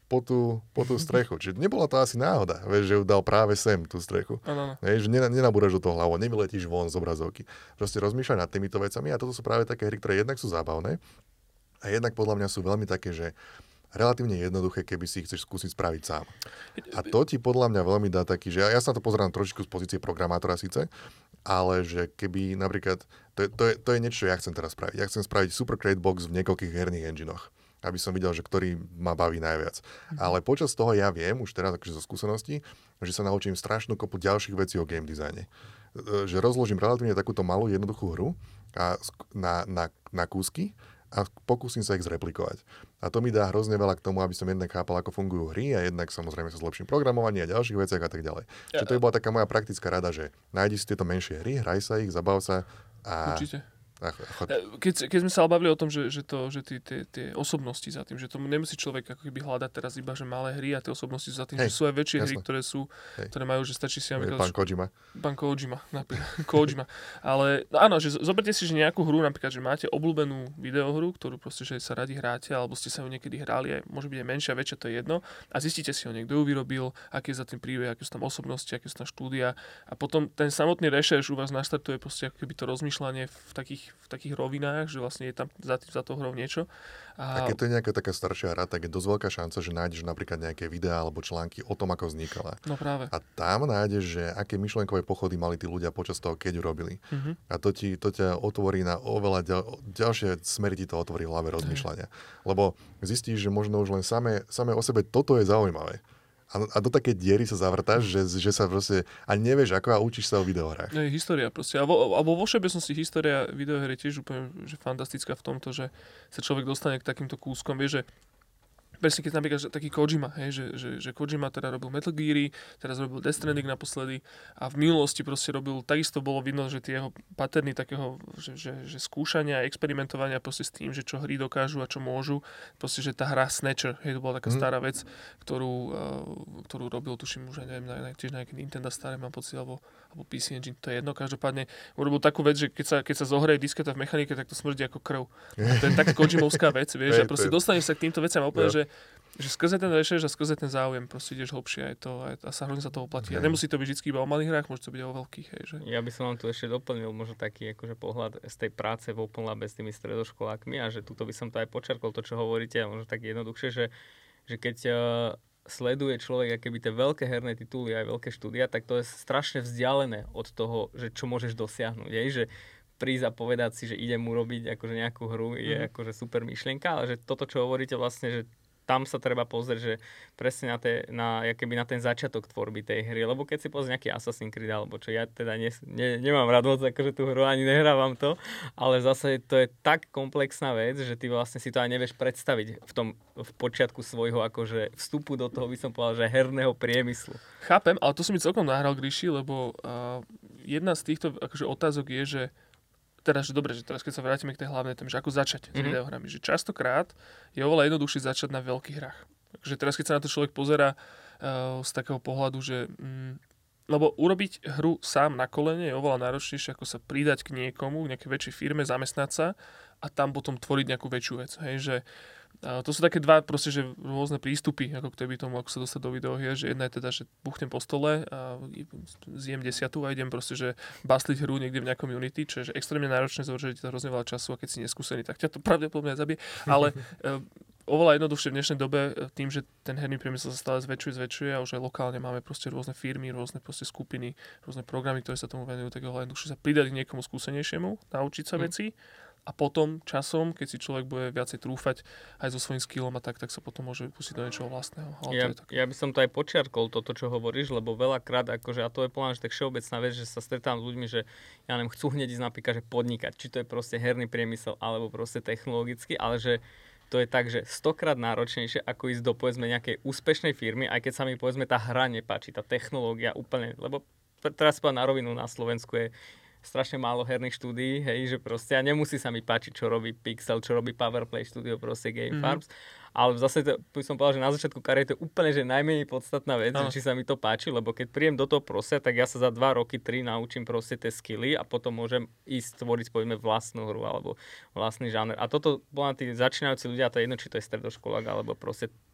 po tú, po tú strechu. Čiže nebola to asi náhoda, vieš, že ju dal práve sem, tú strechu. Ano, ano. Vieš, že nenabúraš do toho hlavu, nevyletíš von z obrazovky. Proste rozmýšľaj nad týmito vecami a toto sú práve také hry, ktoré jednak sú zábavné a jednak podľa mňa sú veľmi také, že relatívne jednoduché, keby si ich chceš skúsiť spraviť sám. A to ti podľa mňa veľmi dá taký, že ja, ja sa na to pozerám trošičku z pozície programátora síce, ale že keby napríklad, to je, to je, to je niečo, čo ja chcem teraz spraviť. Ja chcem spraviť super crate box v niekoľkých herných enginoch, aby som videl, že ktorý ma baví najviac. Mm. Ale počas toho ja viem, už teraz akože zo skúseností, že sa naučím strašnú kopu ďalších vecí o game designe. Že rozložím relatívne takúto malú jednoduchú hru a na, na, na kúsky a pokúsim sa ich zreplikovať. A to mi dá hrozne veľa k tomu, aby som jednak chápal, ako fungujú hry a jednak samozrejme sa zlepším programovaní a ďalších veciach a tak ďalej. Ja, Čiže to by bola taká moja praktická rada, že nájdi si tieto menšie hry, hraj sa ich, zabav sa a... Určite. A keď, keď sme sa bavili o tom, že, že, to, že tie, tie, tie osobnosti za tým, že to nemusí človek ako keby hľadať teraz iba, že malé hry a tie osobnosti za tým, Hej, že sú aj väčšie jasné. hry, ktoré sú, Hej. ktoré majú, že stačí si... Napríklad, pán Kojima. Pán Kojima, napríklad. Kojima. Ale no áno, že zoberte si, že nejakú hru, napríklad, že máte obľúbenú videohru, ktorú proste, že sa radi hráte, alebo ste sa ju niekedy hrali, aj, môže byť aj menšia, väčšia, to je jedno. A zistíte si ho niekto ju vyrobil, aký je za tým príbeh, aké sú tam osobnosti, aké sú tam štúdia. A potom ten samotný rešerš u vás naštartuje proste ako keby to rozmýšľanie v takých, v takých rovinách, že vlastne je tam za, tým, za tou hrou niečo. A... a keď to je nejaká taká staršia hra, tak je dosť veľká šanca, že nájdeš napríklad nejaké videá alebo články o tom, ako vznikala. No práve. A tam nájdeš, že aké myšlenkové pochody mali tí ľudia počas toho, keď ju robili. Uh-huh. A to, ti, to ťa otvorí na oveľa ďal, ďalšie smery, ti to otvorí v hlave rozmýšľania. Uh-huh. Lebo zistíš, že možno už len samé, samé o sebe toto je zaujímavé. A, a do také diery sa zavrtáš, že, že sa proste ani nevieš ako a učíš sa o videohrách. No je história proste. Alebo, alebo vo všeobecnosti história videohry je tiež úplne že fantastická v tomto, že sa človek dostane k takýmto kúskom. Vieš, že presne keď napríklad že taký Kojima, hej, že, že, že Kojima teda robil Metal Geary, teraz robil Death Stranding naposledy a v minulosti proste robil, takisto bolo vidno, že tie jeho paterny takého, že, že, že skúšania a experimentovania proste s tým, že čo hry dokážu a čo môžu, proste, že tá hra Snatcher, hej, to bola taká mm. stará vec, ktorú, uh, ktorú robil, tuším, už aj neviem, na, na, tiež na nejaký Nintendo staré, mám pocit, alebo, alebo pé cé Engine, to je jedno, každopádne urobil takú vec, že keď sa, keď sa zohraje disketa v mechanike, tak to smrdí ako krv. A to je taká Kojimovská vec, vieš, a proste dostaneš sa k týmto veciam úplne, že že skrze ten rešerš a skrze ten záujem proste ideš hlbšie aj to aj, a sa hrozne sa toho platí. A nemusí to byť vždy iba o malých hrách, môže to byť aj o veľkých. Hej, že? Ja by som vám tu ešte doplnil možno taký akože pohľad z tej práce v Open Labe s tými stredoškolákmi a že tuto by som to aj počerkol, to čo hovoríte, a možno tak jednoduchšie, že, že keď uh, sleduje človek akéby tie veľké herné tituly aj veľké štúdia, tak to je strašne vzdialené od toho, že čo môžeš dosiahnuť. Je, že prísť a povedať si, že idem urobiť akože nejakú hru je mm. akože super myšlienka, ale že toto, čo hovoríte vlastne, že tam sa treba pozrieť, že presne na, te, na, na ten začiatok tvorby tej hry, lebo keď si pozrie nejaký Assassin's Creed, alebo čo ja teda ne, ne, nemám rád moc akože tú hru, ani nehrávam to, ale zase to je tak komplexná vec, že ty vlastne si to aj nevieš predstaviť v tom v počiatku svojho akože vstupu do toho, by som povedal, že herného priemyslu. Chápem, ale to som mi celkom nahral k ríši, lebo uh, jedna z týchto akože otázok je, že Teraz, že dobre, že teraz keď sa vrátime k tej hlavnej téme, že ako začať s mm-hmm. videohrami, že častokrát je oveľa jednoduchšie začať na veľkých hrách. Takže teraz, keď sa na to človek pozerá uh, z takého pohľadu, že mm, lebo urobiť hru sám na kolene je oveľa náročnejšie, ako sa pridať k niekomu, k nejakej väčšej firme, zamestnať sa a tam potom tvoriť nejakú väčšiu vec. Hej, že uh, to sú také dva proste, že rôzne prístupy, ako k tomu, ako sa dostať do videohier, že jedna je teda, že buchnem po stole a zjem desiatu a idem proste, že basliť hru niekde v nejakom Unity, čo je extrémne náročné, zaujímavé, že ti to hrozne veľa času a keď si neskúsený, tak ťa to pravdepodobne zabije, ale uh, oveľa jednoduchšie v dnešnej dobe tým, že ten herný priemysel sa stále zväčšuje, zväčšuje a už aj lokálne máme proste rôzne firmy, rôzne proste skupiny, rôzne programy, ktoré sa tomu venujú, tak oveľa jednoduchšie sa pridať k niekomu skúsenejšiemu, naučiť sa mm. veci. A potom časom, keď si človek bude viacej trúfať aj so svojím skillom a tak, tak sa potom môže pustiť do niečoho vlastného. Ja, ja by som to aj počiarkol, toto, čo hovoríš, lebo veľakrát, akože, a to je plán, že tak všeobecná vec, že sa stretám s ľuďmi, že ja neviem, chcú hneď ísť napríklad, že podnikať, či to je proste herný priemysel, alebo proste technologický, ale že to je tak, že stokrát náročnejšie, ako ísť do, povedzme, nejakej úspešnej firmy, aj keď sa mi, povedzme, tá hra nepáči, tá technológia úplne, lebo teraz povedať na rovinu, na Slovensku je strašne málo herných štúdií, hej, že proste a nemusí sa mi páčiť, čo robí Pixel, čo robí Powerplay Studio, proste Game mm-hmm. Farms, ale zase to, by som povedal, že na začiatku kariéry to je úplne, že najmenej podstatná vec, no. či sa mi to páči, lebo keď príjem do toho proste, tak ja sa za dva roky, tri naučím proste tie skilly a potom môžem ísť tvoriť, povedzme, vlastnú hru alebo vlastný žáner. A toto bola tí začínajúci ľudia, to je jedno, či to je stredoškolák alebo proste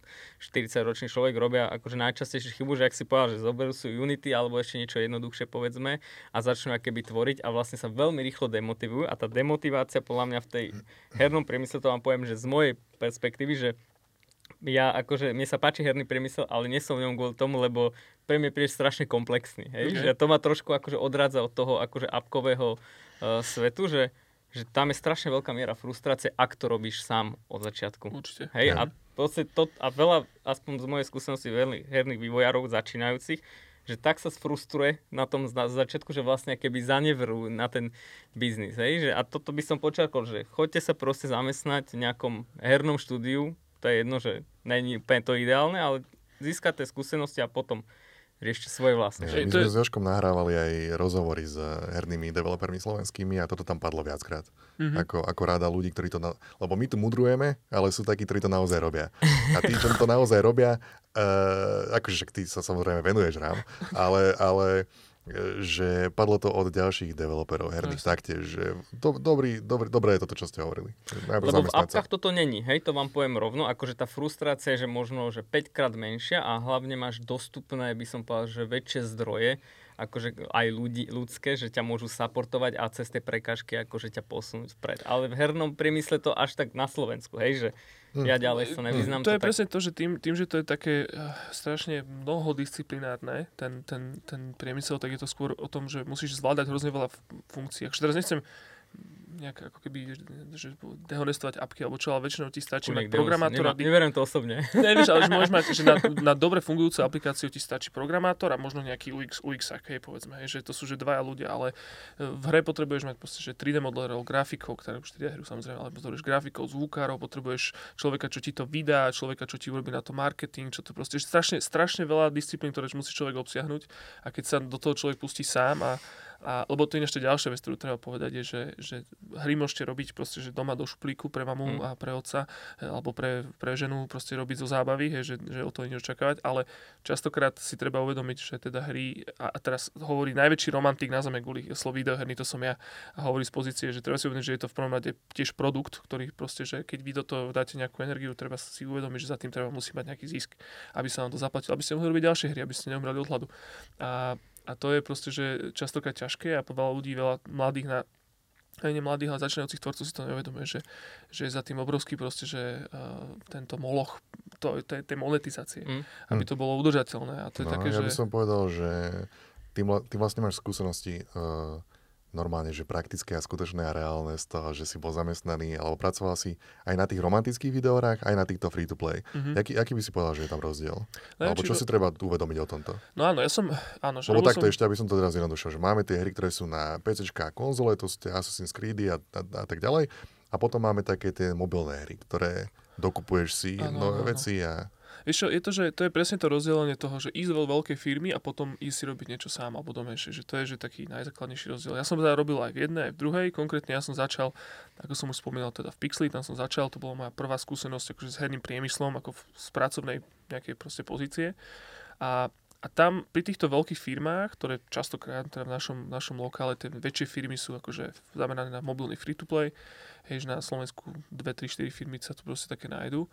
štyridsaťročný človek robia akože najčastejšie chybu, že ak si povedal, že zoberú si Unity alebo ešte niečo jednoduchšie povedzme a začnú akéby tvoriť a vlastne sa veľmi rýchlo demotivujú a tá demotivácia podľa mňa v tej hernom priemysle, to vám poviem, že z mojej perspektívy, že ja akože, mne sa páči herný priemysel, ale nie som v ňom kvôli tomu, lebo pre mňa príde strašne komplexný, hej? Okay. Že to ma trošku akože odrádza od toho akože apkového uh, svetu, že že tam je strašne veľká miera frustrácie, ak to robíš sám od začiatku. Určite. Hej, a, to, a veľa, aspoň z mojej skúsenosti herných, herných vývojárov začínajúcich, že tak sa sfrustruje na tom na začiatku, že vlastne keby zanevrú na ten biznis. Hej? Že, a toto by som počiarkol, že choďte sa proste zamestnať v nejakom hernom štúdiu, to je jedno, že není úplne to ideálne, ale získate skúsenosti a potom riešte svoje vlastné. My sme s Jožkom nahrávali aj rozhovory s hernými developermi slovenskými a toto tam padlo viackrát. Mm-hmm. Ako, ako ráda ľudí, ktorí to... Na... Lebo my tu mudrujeme, ale sú takí, ktorí to naozaj robia. A tí, čo to naozaj robia, uh, akože však ty sa samozrejme venuješ rám, ale, ale že padlo to od ďalších developerov herných taktiež, že do, dobrý, dobrý, dobré je toto, čo ste hovorili. Lebo v appkách toto není, hej, to vám poviem rovno, akože tá frustrácia je, že možno, že päť krát menšia a hlavne máš dostupné, by som povedal, že väčšie zdroje, akože aj ľudí, ľudské, že ťa môžu supportovať a cez tie prekážky akože ťa posunúť vpred. Ale v hernom priemysle to až tak na Slovensku, hej, že ja ďalej sa nevyznám. To je tak... presne to, že tým, tým, že to je také uh, strašne mnohodisciplinárne, ten, ten, ten priemysel, tak je to skôr o tom, že musíš zvládať hrozne veľa funkcií. Akože teraz nechcem nejak ako keby že dehonestovať apky alebo čo, ale väčšinou ti stačí mať programátora. Neverím to osobne. Nevieš, ale že môžeš mať, že na, na dobre fungujúcu aplikáciu ti stačí programátor a možno nejaký ú iks, ú iks-ak, hej, povedzme, hej, že to sú že dvaja ľudia, ale v hre potrebuješ mať proste, že tri dé modelerov, grafikov, ktoré už tri dé hru samozrejme, ale potrebuješ grafikov, zvukárov, potrebuješ človeka, čo ti to vydá, človeka, čo ti urobí na to marketing, čo to proste, strašne, strašne veľa disciplín, ktoré musí človek obsiahnuť a keď sa do toho človek pustí sám a A, lebo to je ešte ďalšia vec, ktorú treba povedať, je, že, že hry môžete robiť proste, že doma do šuplíku pre mamu mm. a pre otca, alebo pre, pre ženu proste robiť zo zábavy, he, že, že o to nie očakávať, ale častokrát si treba uvedomiť, že teda hry, a, a teraz hovorí najväčší romantik na zeme kvôli slovo videoherný, to som ja, a hovorí z pozície, že treba si uvedomiť, že je to v prvom rade tiež produkt, ktorý proste, že keď vy do toho dáte nejakú energiu, treba si uvedomiť, že za tým treba musí mať nejaký zisk, aby sa vám to zaplatilo, aby ste mohli robiť ďalšie hry, aby ste neumreli od hladu. A A to je proste, že častokrát ťažké a veľa ľudí, veľa mladých, na, aj nemladých, ale začínajúcich tvorcov si to neuvedomuje, že, že je za tým obrovský proste, že uh, tento moloch to, tej, tej monetizácie, mm. aby to bolo udržateľné. A to je no, také, ja že... by som povedal, že ty, ty vlastne máš skúsenosti uh, normálne, že praktické a skutočné a reálne z toho, že si bol zamestnaný alebo pracoval si aj na tých romantických videórách, aj na týchto free-to-play. Mm-hmm. Jaký, aký by si povedal, že je tam rozdiel? No, alebo čo to... si treba uvedomiť o tomto? No áno, ja som... Áno, Lebo takto som... ešte, aby som to teraz zjednodušil, že máme tie hry, ktoré sú na PCčka a konzole, to sú tie Assassin's Creed a, a, a tak ďalej. A potom máme také tie mobilné hry, ktoré dokupuješ si áno, nové áno. veci a... Vieš čo, je to, že to je presne to rozdelenie toho, že ísť vo veľkej firmy a potom ísť si robiť niečo sám alebo domešie, že to je že taký najzákladnejší rozdiel. Ja som teda robil aj v jednej, aj v druhej, konkrétne ja som začal, ako som už spomínal, teda v Pixli, tam som začal, to bola moja prvá skúsenosť akože s herným priemyslom, ako v, z pracovnej nejakej proste pozície. A A tam pri týchto veľkých firmách, ktoré častokrát teda v našom, našom lokále, tie väčšie firmy sú akože zamerané na mobilný free-to-play, hej, že na Slovensku dve, tri, štyri firmy sa tu proste také nájdú.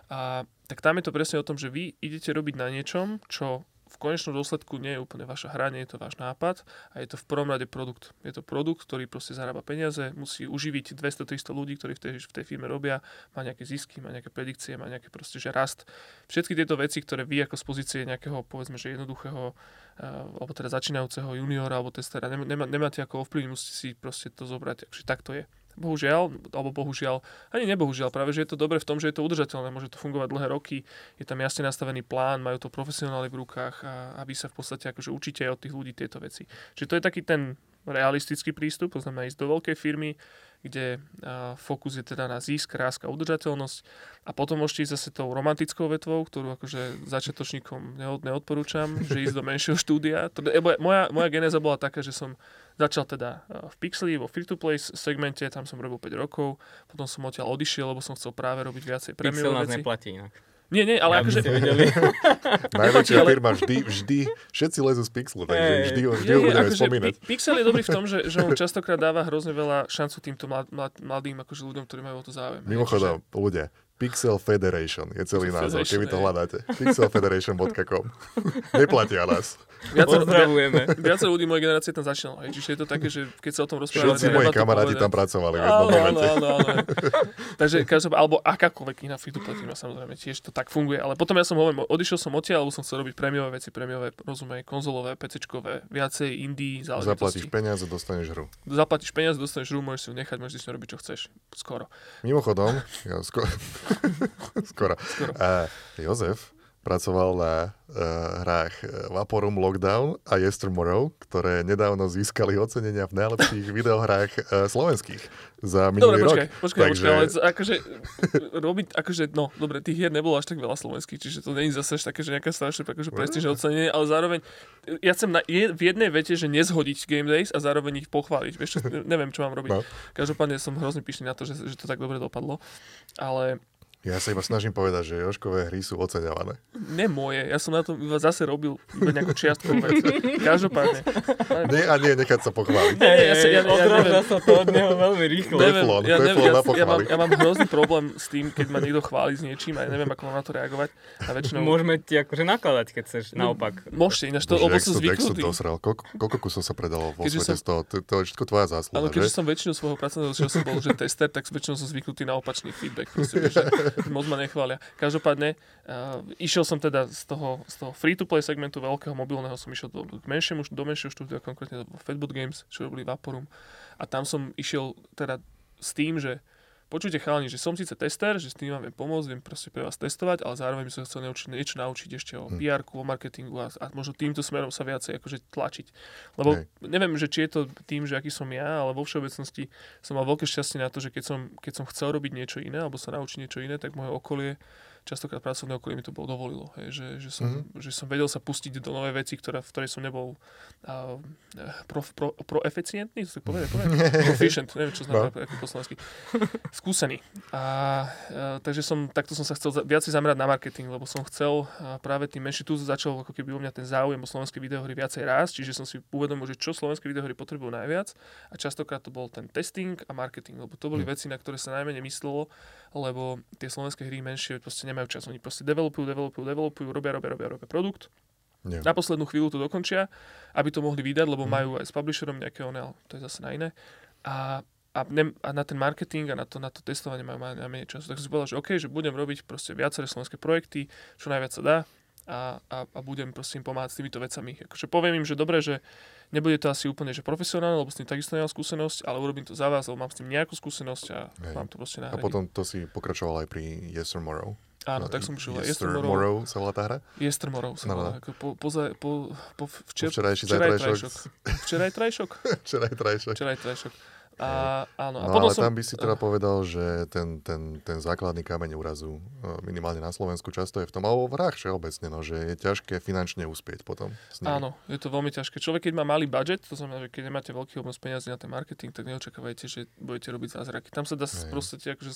A tak tam je to presne o tom, že vy idete robiť na niečom, čo v konečnom dôsledku nie je úplne vaša hra, nie je to váš nápad a je to v prvom rade produkt. Je to produkt, ktorý proste zarába peniaze, musí uživiť dvesto tristo ľudí, ktorí v tej, v tej firme robia, má nejaké zisky, má nejaké predikcie, má nejaké proste, že rast. Všetky tieto veci, ktoré vy ako z pozície nejakého, povedzme, že jednoduchého, uh, alebo teda začínajúceho juniora alebo testera nemá, nemáte ako ovplyvniť, musíte si proste to zobrať, že tak to je. Bohužiaľ, alebo bohužiaľ, ani nebohužiaľ, práve že je to dobre v tom, že je to udržateľné, môže to fungovať dlhé roky, je tam jasne nastavený plán, majú to profesionáli v rukách a, a vy sa v podstate akože učíte aj od tých ľudí tieto veci. Čiže to je taký ten realistický prístup, to znamená ísť do veľkej firmy, kde a, fokus je teda na zisk, rast a udržateľnosť a potom môžete ísť zase tou romantickou vetvou, ktorú akože začiatočníkom neod, neodporúčam, že ísť do menšieho štúdia. To, moja, moja genéza bola taká, že som začal teda v Pixli, vo free-to-play segmente, tam som robil päť rokov, potom som odtiaľ odišiel, lebo som chcel práve robiť viacej premium veci. Pixel nás neplatí inak. Nie, nie, ale ja akože... Najväčšia firma vždy, vždy, všetci lezú z Pixelu, takže hey, vždy, vždy ho budeme akože spomínať. Pixel je dobrý v tom, že, že on častokrát dáva hrozne veľa šancu týmto mlad, mlad, mladým akože ľuďom, ktorí majú o to záujem. Mimochodom, ľudia, Pixel Federation je celý Pixel názov, keby to Federation, hľadáte. pixel federation bodka com. Neplatia nás. Viacero, Pozdravujeme. viacero ľudí mojej generácie tam začínalo. Hej. Čiže je to také, že keď sa o tom rozprávame... Všetci moji kamaráti tam pracovali v jednom Áno, áno, momente. áno, áno. Takže každopádne, alebo akákoľvek iná free-to-play firma, samozrejme, tiež to tak funguje. Ale potom ja som hovoril, odišiel som odtiaľ, lebo som chcel robiť prémiové veci, prémiové, rozumej, konzolové, PCčkové, viacej indie záležitosti. Zaplatíš peniaze, dostaneš hru. Zaplatíš peniaze, dostaneš hru, môžeš si ju nechať, môžeš si robiť, čo chceš. Skoro. Mimochodom, ja skoro, skoro. Skoro. A Jozef pracoval na uh, hrách Vaporum Lockdown a Yestermorrow, ktoré nedávno získali ocenenia v najlepších videohrách uh, slovenských za minulý dobre, počkaj, rok. počkaj, počkaj, ale akože robiť, akože, no, dobre, tých hier nebolo až tak veľa slovenských, čiže to není zase až také, že nejaká strašne akože prestížne ocenenie, ale zároveň, ja chcem na, je, v jednej vete, že nezhodiť Game Days a zároveň ich pochváliť, vieš čo, neviem, čo mám robiť. No. Každopádne som hrozne pyšný na to, že, že to tak dobre dopadlo, ale... Ja sa iba snažím povedať, že Jožkové hry sú oceňované. Nie moje, ja som na to iba zase robil iba nejakú čiastkovú vec. Každopádne. Nie a nie, nechať sa pochváliť. Nie, ja, sa, ja, ja, ja Odráža sa to od neho veľmi rýchlo. Teflon, ja, neviem, teflon ja, na ja, mám, pochvály. ja mám hrozný problém s tým, keď ma niekto chváli s niečím a ja neviem, ako mám na to reagovať. A väčšinou... Môžeme ti akože nakladať, keď chceš, naopak. Môžete, ináč to, lebo som zvyknutý. Dosral, koľko, koľko kusov sa predalo vo Keďže svete som- z toho? To, to je všetko tvoja zásluha, Ale keďže že? som väčšinu svojho pracovného času bol, že tester, tak väčšinou som zvyknutý na opačný feedback. Proste, vieš, že moc ma nechvália. Každopádne, uh, išiel som teda z toho, z toho free-to-play segmentu veľkého mobilného, som išiel do, k menšiemu, do menšieho štúdia, konkrétne do Fatbot Games, čo robili Vaporum. A tam som išiel teda s tým, že počujte chalani, že som síce tester, že s tým vám viem pomôcť, viem proste pre vás testovať, ale zároveň by som chcel naučiť, niečo naučiť ešte o pé erku, o marketingu a, a možno týmto smerom sa viacej akože tlačiť. Lebo Hej. neviem, že či je to tým, že aký som ja, ale vo všeobecnosti som mal veľké šťastie na to, že keď som, keď som chcel robiť niečo iné alebo sa naučiť niečo iné, tak moje okolie, častokrát pracovné okolie mi to bolo dovolilo. Hej, že, že, som, mm-hmm. že som vedel sa pustiť do novej veci, ktorá, v ktorej som nebol uh, pro, pro, proeficientný, to tak povedať, povedať? Proficient, neviem, čo znamená no. po slovensky. Skúsený. A, uh, takže som, takto som sa chcel viac zamerať na marketing, lebo som chcel uh, práve tým menší, tu začal ako keby u mňa ten záujem o slovenské videohry viacej rásť, čiže som si uvedomil, že čo slovenské videohry potrebujú najviac a častokrát to bol ten testing a marketing, lebo to boli mm. veci, na ktoré sa najmenej myslelo, lebo tie slovenské hry menšie proste nemajú čas. Oni proste developujú, developujú, developujú, robia, robia, robia, robia produkt. Yeah. Na poslednú chvíľu to dokončia, aby to mohli vydať, lebo mm. majú aj s publisherom nejakého, ale to je zase na iné. A, a, ne, a na ten marketing a na to, na to testovanie majú najmenej času. Tak som si povedal, že OK, že budem robiť proste viaceré slovenské projekty, čo najviac sa dá a, a, a budem proste im pomáhať s týmito vecami. Akože poviem im, že dobre, že nebude to asi úplne že profesionálne, lebo s tým takisto nemám skúsenosť, ale urobím to za vás, lebo mám s tým nejakú skúsenosť a Hej. mám to proste nahradím. A potom to si pokračoval aj pri Yestermorrow. Áno, tak som išiel aj Yestermorrow sa volá tá hra? Yestermorrow sa volá. No, no. Po, po, po, po včer, včerajší zajtrajšok. Včeraj trajšok? Včeraj trajšok. Včeraj trajšok. A, áno, No a potom ale som... tam by si teda povedal, že ten, ten, ten základný kameň úrazu minimálne na Slovensku často je v tom, alebo v hrách všeobecne, no, že je ťažké finančne uspieť potom s nimi. Áno, je to veľmi ťažké. Človek, keď má malý budget, to znamená, že keď nemáte veľký obnos peniazy na ten marketing, tak neočakávajte, že budete robiť zázraky. Tam sa dá proste akože...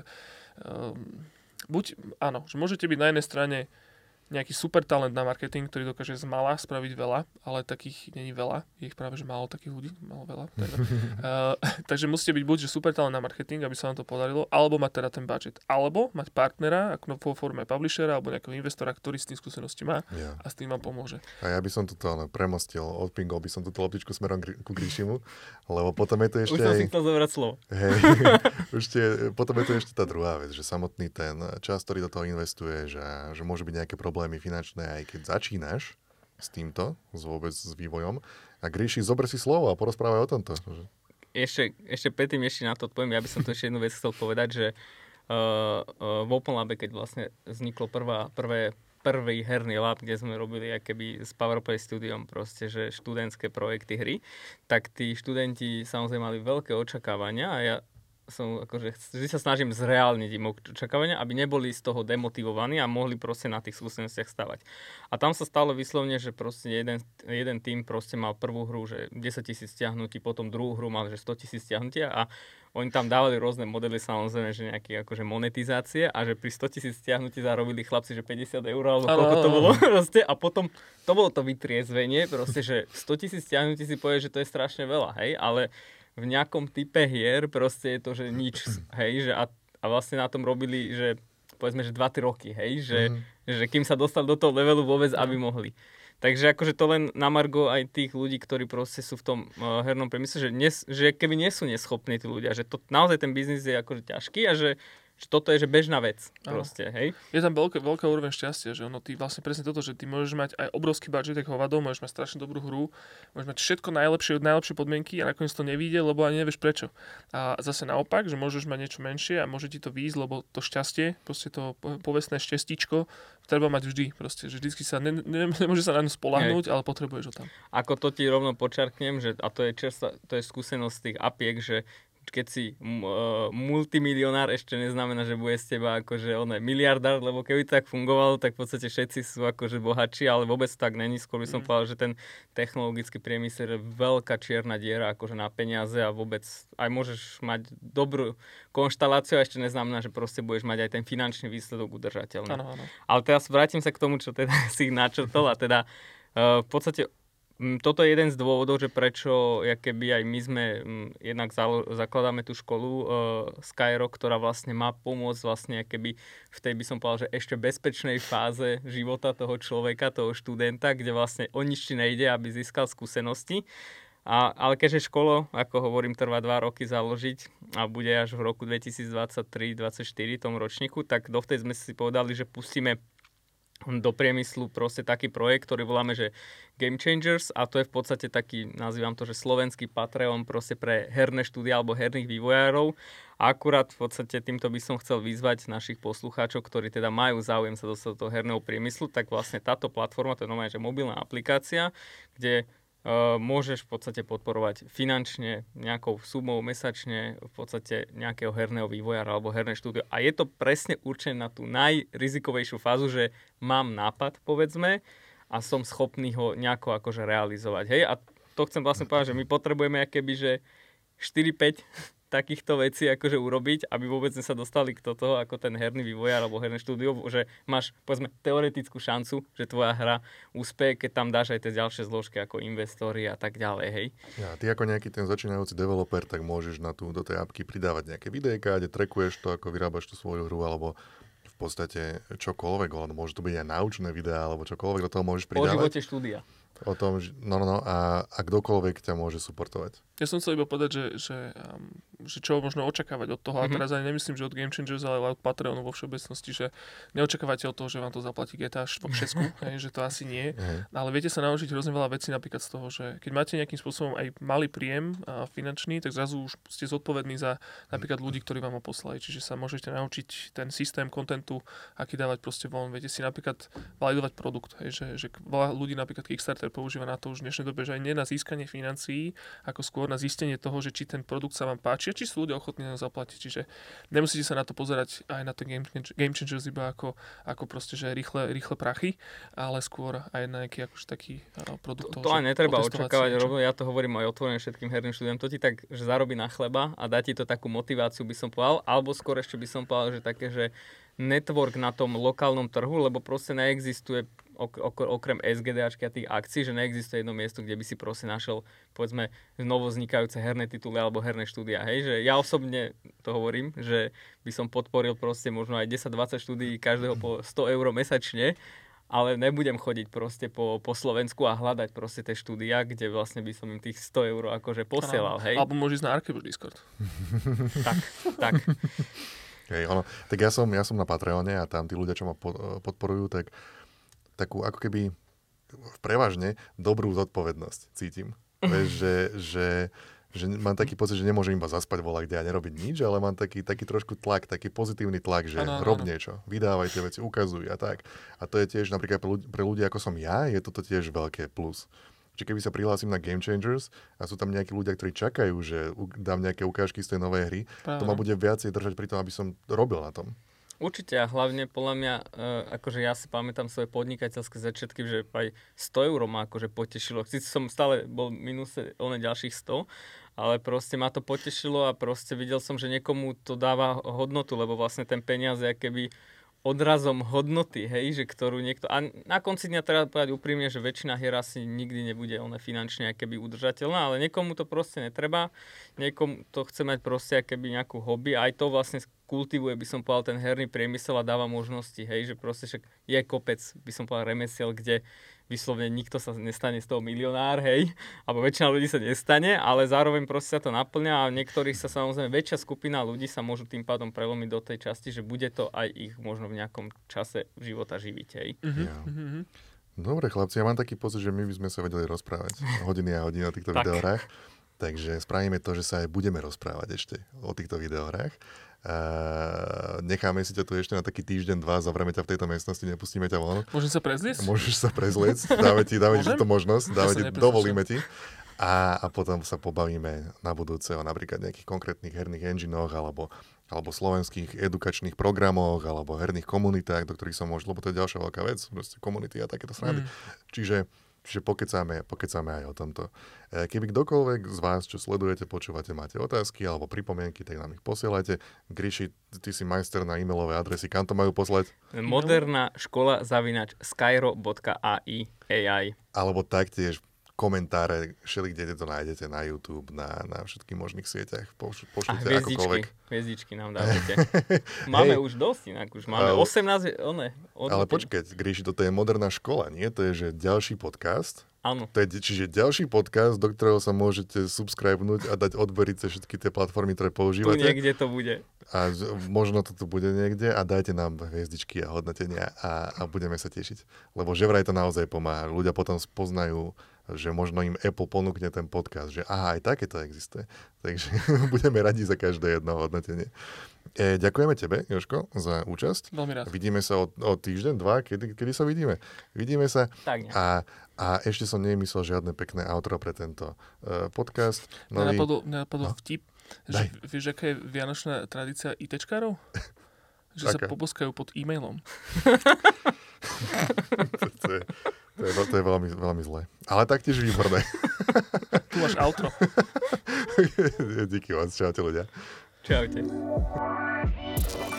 Um, buď, áno, že môžete byť na jednej strane nejaký super talent na marketing, ktorý dokáže z mala spraviť veľa, ale takých není veľa. Je ich práve, že málo takých ľudí, málo veľa. Teda. uh, takže musíte byť buď že super talent na marketing, aby sa vám to podarilo, alebo mať teda ten budget. Alebo mať partnera, ako vo forme publishera, alebo nejakého investora, ktorý s tým skúsenosti má ja. a s tým vám pomôže. A ja by som toto ale premostil, odpingol by som túto loptičku smerom ku Gríšimu, lebo potom je to ešte... Už som aj... si chcel zobrať slovo. Hej, už tie, potom je to ešte tá druhá vec, že samotný ten čas, ktorý do toho investuje, že, že môže byť nejaké problémy finančné, aj keď začínaš s týmto, s vôbec s vývojom. A Gríši, zober si slovo a porozprávaj o tomto. Ešte, ešte predtým ešte na to odpoviem, ja by som to ešte jednu vec chcel povedať, že uh, uh, v Open Labe, keď vlastne vzniklo prvá, prvé prvý herný lab, kde sme robili akéby s PowerPlay Studiom proste, že študentské projekty hry, tak tí študenti samozrejme mali veľké očakávania a ja som akože, vždy sa snažím zreálniť im očakávania, aby neboli z toho demotivovaní a mohli proste na tých skúsenostiach stavať. A tam sa stalo vyslovne, že proste jeden, jeden tým proste mal prvú hru, že desaťtisíc stiahnutí, potom druhú hru mal, že stotisíc stiahnutia a oni tam dávali rôzne modely, samozrejme, že nejaké akože monetizácie a že pri stotisíc stiahnutí zarobili chlapci, že päťdesiat eur, alebo koľko to bolo proste a potom to bolo to vytriezvenie, proste, že stotisíc stiahnutí si povie, že to je strašne veľa, hej, ale v nejakom type hier proste je to, že nič, hej, že a, a vlastne na tom robili, že povedzme, že dva tri roky, hej, že, Mm. že kým sa dostal do toho levelu vôbec, No. aby mohli. Takže akože to len na margo aj tých ľudí, ktorí proste sú v tom uh, hernom priemysle, že, nes, že keby nie sú neschopní tí ľudia, že to, naozaj ten biznis je akože ťažký a že, že toto je že bežná vec proste, hej. Je tam veľké, veľká úroveň šťastia, že ono, ty vlastne presne toto, že ty môžeš mať aj obrovský budget, ako hovado, môžeš mať strašne dobrú hru, môžeš mať všetko najlepšie, najlepšie podmienky a nakoniec to nevíde, lebo ani nevieš prečo. A zase naopak, že môžeš mať niečo menšie a môže ti to výjsť, lebo to šťastie, proste to povestné šťastíčko, treba mať vždy, proste, že vždycky sa ne, ne, nemôže sa na ňu spoľahnúť, ale potrebuješ ho tam. Ako to ti rovno počarknem, že, a to je čerstva, to je skúsenosť tých apiek, že keď si uh, multimilionár, ešte neznamená, že bude z teba akože on je miliardár, lebo keby tak fungovalo, tak v podstate všetci sú akože bohatší, ale vôbec tak není. Skôr by som mm. povedal, že ten technologický priemysel je veľká čierna diera akože na peniaze a vôbec aj môžeš mať dobrú konštaláciu a ešte neznamená, že proste budeš mať aj ten finančný výsledok udržateľný. Áno, áno. Ale teraz vrátim sa k tomu, čo teda si načrtol a teda uh, v podstate toto je jeden z dôvodov, že prečo keby aj my sme m, jednak zalo, zakladáme tú školu uh, Skyrock, ktorá vlastne má pomôcť vlastne keby v tej by som povedal, že ešte bezpečnej fáze života toho človeka, toho študenta, kde vlastne o nič ti nejde, aby získal skúsenosti. A, ale keďže školo, ako hovorím, trvá dva roky založiť a bude až v roku dvetisícdvadsaťtri dvadsaťštyri tom ročníku, tak dovtedy sme si povedali, že pustíme do priemyslu proste taký projekt, ktorý voláme, že Game Changers a to je v podstate taký, nazývam to, že slovenský Patreon proste pre herné štúdia alebo herných vývojárov a akurát v podstate týmto by som chcel vyzvať našich poslucháčov, ktorí teda majú záujem sa dostať do toho herného priemyslu, tak vlastne táto platforma, to je normálne, že mobilná aplikácia, kde Uh, môžeš v podstate podporovať finančne nejakou sumou mesačne v podstate nejakého herného vývojára alebo herné štúdio. A je to presne určené na tú najrizikovejšiu fázu, že mám nápad, povedzme, a som schopný ho nejako akože realizovať. Hej? A to chcem vlastne povedať, že my potrebujeme akéby, že štyri päť takýchto vecí akože urobiť, aby vôbec sme sa dostali k toho, ako ten herný vývojár alebo herné štúdio, že máš, povedzme, teoretickú šancu, že tvoja hra úspeje, keď tam dáš aj tie ďalšie zložky ako investori a tak ďalej, hej. Ja, ty ako nejaký ten začínajúci developer, tak môžeš na tú, do tej apky pridávať nejaké videjka, kde trackuješ to, ako vyrábaš tú svoju hru, alebo v podstate čokoľvek, ale môže to byť aj naučné videá, alebo čokoľvek do toho môžeš pridávať. O živote štúdia. O tom, že, no, no, no, a, a kdokoľvek ťa môže suportovať. Ja som chcel iba povedať, že, že, um, že čo možno očakávať od toho, mm-hmm. a teraz ani nemyslím, že od Game Changers, ale od Patreonu vo všeobecnosti, že neočakávate od toho, že vám to zaplatí gé té á šesť, že to asi nie, mm-hmm. ale viete sa naučiť hrozne veľa vecí napríklad z toho, že keď máte nejakým spôsobom aj malý príjem a finančný, tak zrazu už ste zodpovední za napríklad ľudí, ktorí vám ho poslali, čiže sa môžete naučiť ten systém kontentu, aký dávať proste von, viete si napríklad validovať produkt, hej, že, že veľa ľudí napríklad Kickstarter používa na to už v dnešnej dobe, že aj nie na získanie financií, ako skôr na zistenie toho, že či ten produkt sa vám páči a či sú ľudia ochotní na to zaplatiť. Čiže nemusíte sa na to pozerať aj na ten Game, game Changers iba ako, ako proste, že rýchle, rýchle prachy, ale skôr aj na nejaký akože taký uh, produkt. To, to aj netreba očakávať, rovno ja to hovorím aj otvorene všetkým herným štúdiom, to ti tak, že zarobí na chleba a dá ti to takú motiváciu, by som povedal, alebo skôr ešte by som povedal, že také, že network na tom lokálnom trhu, lebo proste neexistuje ok- ok- okrem SGDAčky a tých akcií, že neexistuje jedno miesto, kde by si proste našiel, povedzme, novo vznikajúce herné tituly alebo herné štúdia. Hej, že ja osobne to hovorím, že by som podporil proste možno aj desať dvadsať štúdií každého po sto eur mesačne, ale nebudem chodiť proste po, po Slovensku a hľadať proste tie štúdia, kde vlastne by som im tých sto eur akože posielal, hej. Alebo môžeš na Archivus Discord. tak, tak. Hej, ono, tak ja som, ja som na Patreone a tam tí ľudia, čo ma podporujú, tak takú ako keby prevažne dobrú zodpovednosť cítim. Vieš, že, že, že mám taký pocit, že nemôžem iba zaspať volať kde a nerobiť nič, ale mám taký, taký trošku tlak, taký pozitívny tlak, že ano, rob ano. niečo, vydávaj tie veci, ukazuj a tak. A to je tiež napríklad pre ľudí, pre ľudí ako som ja, je toto tiež veľké plus. Čiže keby sa prihlásim na Game Changers a sú tam nejakí ľudia, ktorí čakajú, že dám nejaké ukážky z tej novej hry, Práve. to ma bude viacej držať pri tom, aby som robil na tom. Určite a hlavne podľa mňa, uh, akože ja si pamätám svoje podnikateľské začiatky, že aj sto eur ma akože potešilo. Sice som stále bol v minuse o ne ďalších sto, ale proste ma to potešilo a proste videl som, že niekomu to dáva hodnotu, lebo vlastne ten peniaz je keby odrazom hodnoty, hej, že ktorú niekto... A na konci dňa treba povedať úprimne, že väčšina hier asi nikdy nebude ona finančne akéby udržateľná, ale niekomu to proste netreba, niekomu to chce mať proste akéby nejakú hobby, aj to vlastne kultivuje, by som povedal, ten herný priemysel a dáva možnosti, hej, že proste však je kopec, by som povedal, remesiel, kde vyslovene nikto sa nestane z toho milionár, hej, alebo väčšina ľudí sa nestane, ale zároveň proste sa to naplňa a niektorých sa samozrejme väčšia skupina ľudí sa môžu tým pádom prelomiť do tej časti, že bude to aj ich možno v nejakom čase života živiť, hej. Uh-huh. Ja. Uh-huh. Dobre, chlapci, ja mám taký pocit, že my by sme sa vedeli rozprávať hodiny a hodiny o týchto Tak. videohrách. Takže spravíme to, že sa aj budeme rozprávať ešte o týchto videohrách. Uh, necháme si ťa tu ešte na taký týždeň, dva, zavrieme ťa v tejto miestnosti, nepustíme ťa von. Môžem sa prezliecť? Môžeš sa prezliecť, dáme ti, dáme ti Môžem? túto možnosť, dáme sa ti, nepresvedčam. dovolíme ti. A, a potom sa pobavíme na budúce o napríklad nejakých konkrétnych herných enginoch alebo, alebo slovenských edukačných programoch alebo herných komunitách, do ktorých sa môžu, lebo to je ďalšia veľká vec, proste komunity a takéto srandy. Mm. Čiže Čiže pokecáme, pokecáme aj o tomto. Keby kdokoľvek z vás, čo sledujete, počúvate, máte otázky alebo pripomienky, tak nám ich posielajte. Gríši, ty si majster na e-mailové adresy. Kam to majú poslať? Moderná škola zavinač skyro bodka á i. Alebo taktiež komentáre, všelikde to nájdete na YouTube, na, na všetkých možných sieťach. Poš, A pošlite hviezdičky, akokoľvek. hviezdičky nám dávajte. Máme Hej. už dosť inak, už máme Ale- osemnásť, one, Ale odletí. počkať, Gríši, toto je moderná škola, nie? To je, že ďalší podcast. Áno. To je, čiže ďalší podcast, do ktorého sa môžete subscribenúť a dať odberiť cez všetky tie platformy, ktoré Tu používate. niekde to bude. A z- možno to tu bude niekde a dajte nám hviezdičky a hodnotenia a, a budeme sa tešiť. Lebo že vraj to naozaj pomáha. Ľudia potom spoznajú, že možno im Apple ponúkne ten podcast, že aha, aj takéto existuje. Takže budeme radi za každé jedno hodnotenie. E, ďakujeme tebe, Jožko, za účasť. Veľmi rád. Vidíme sa o, o týždeň, dva, kedy, kedy sa vidíme? Vidíme sa Tak nejak. a, a ešte som nemyslel žiadne pekné outro pre tento uh, podcast. Mňa Nový... napadol, mňa napadol No. vtip, Daj. že vieš, aká je vianočná tradícia ITčkárov? Že sa Aká? poboskajú pod e-mailom. to, je, to, je, to je veľmi, veľmi zlé. Ale taktiež výborné. Tu máš outro. Díky vám, čaute ľudia. Čaute.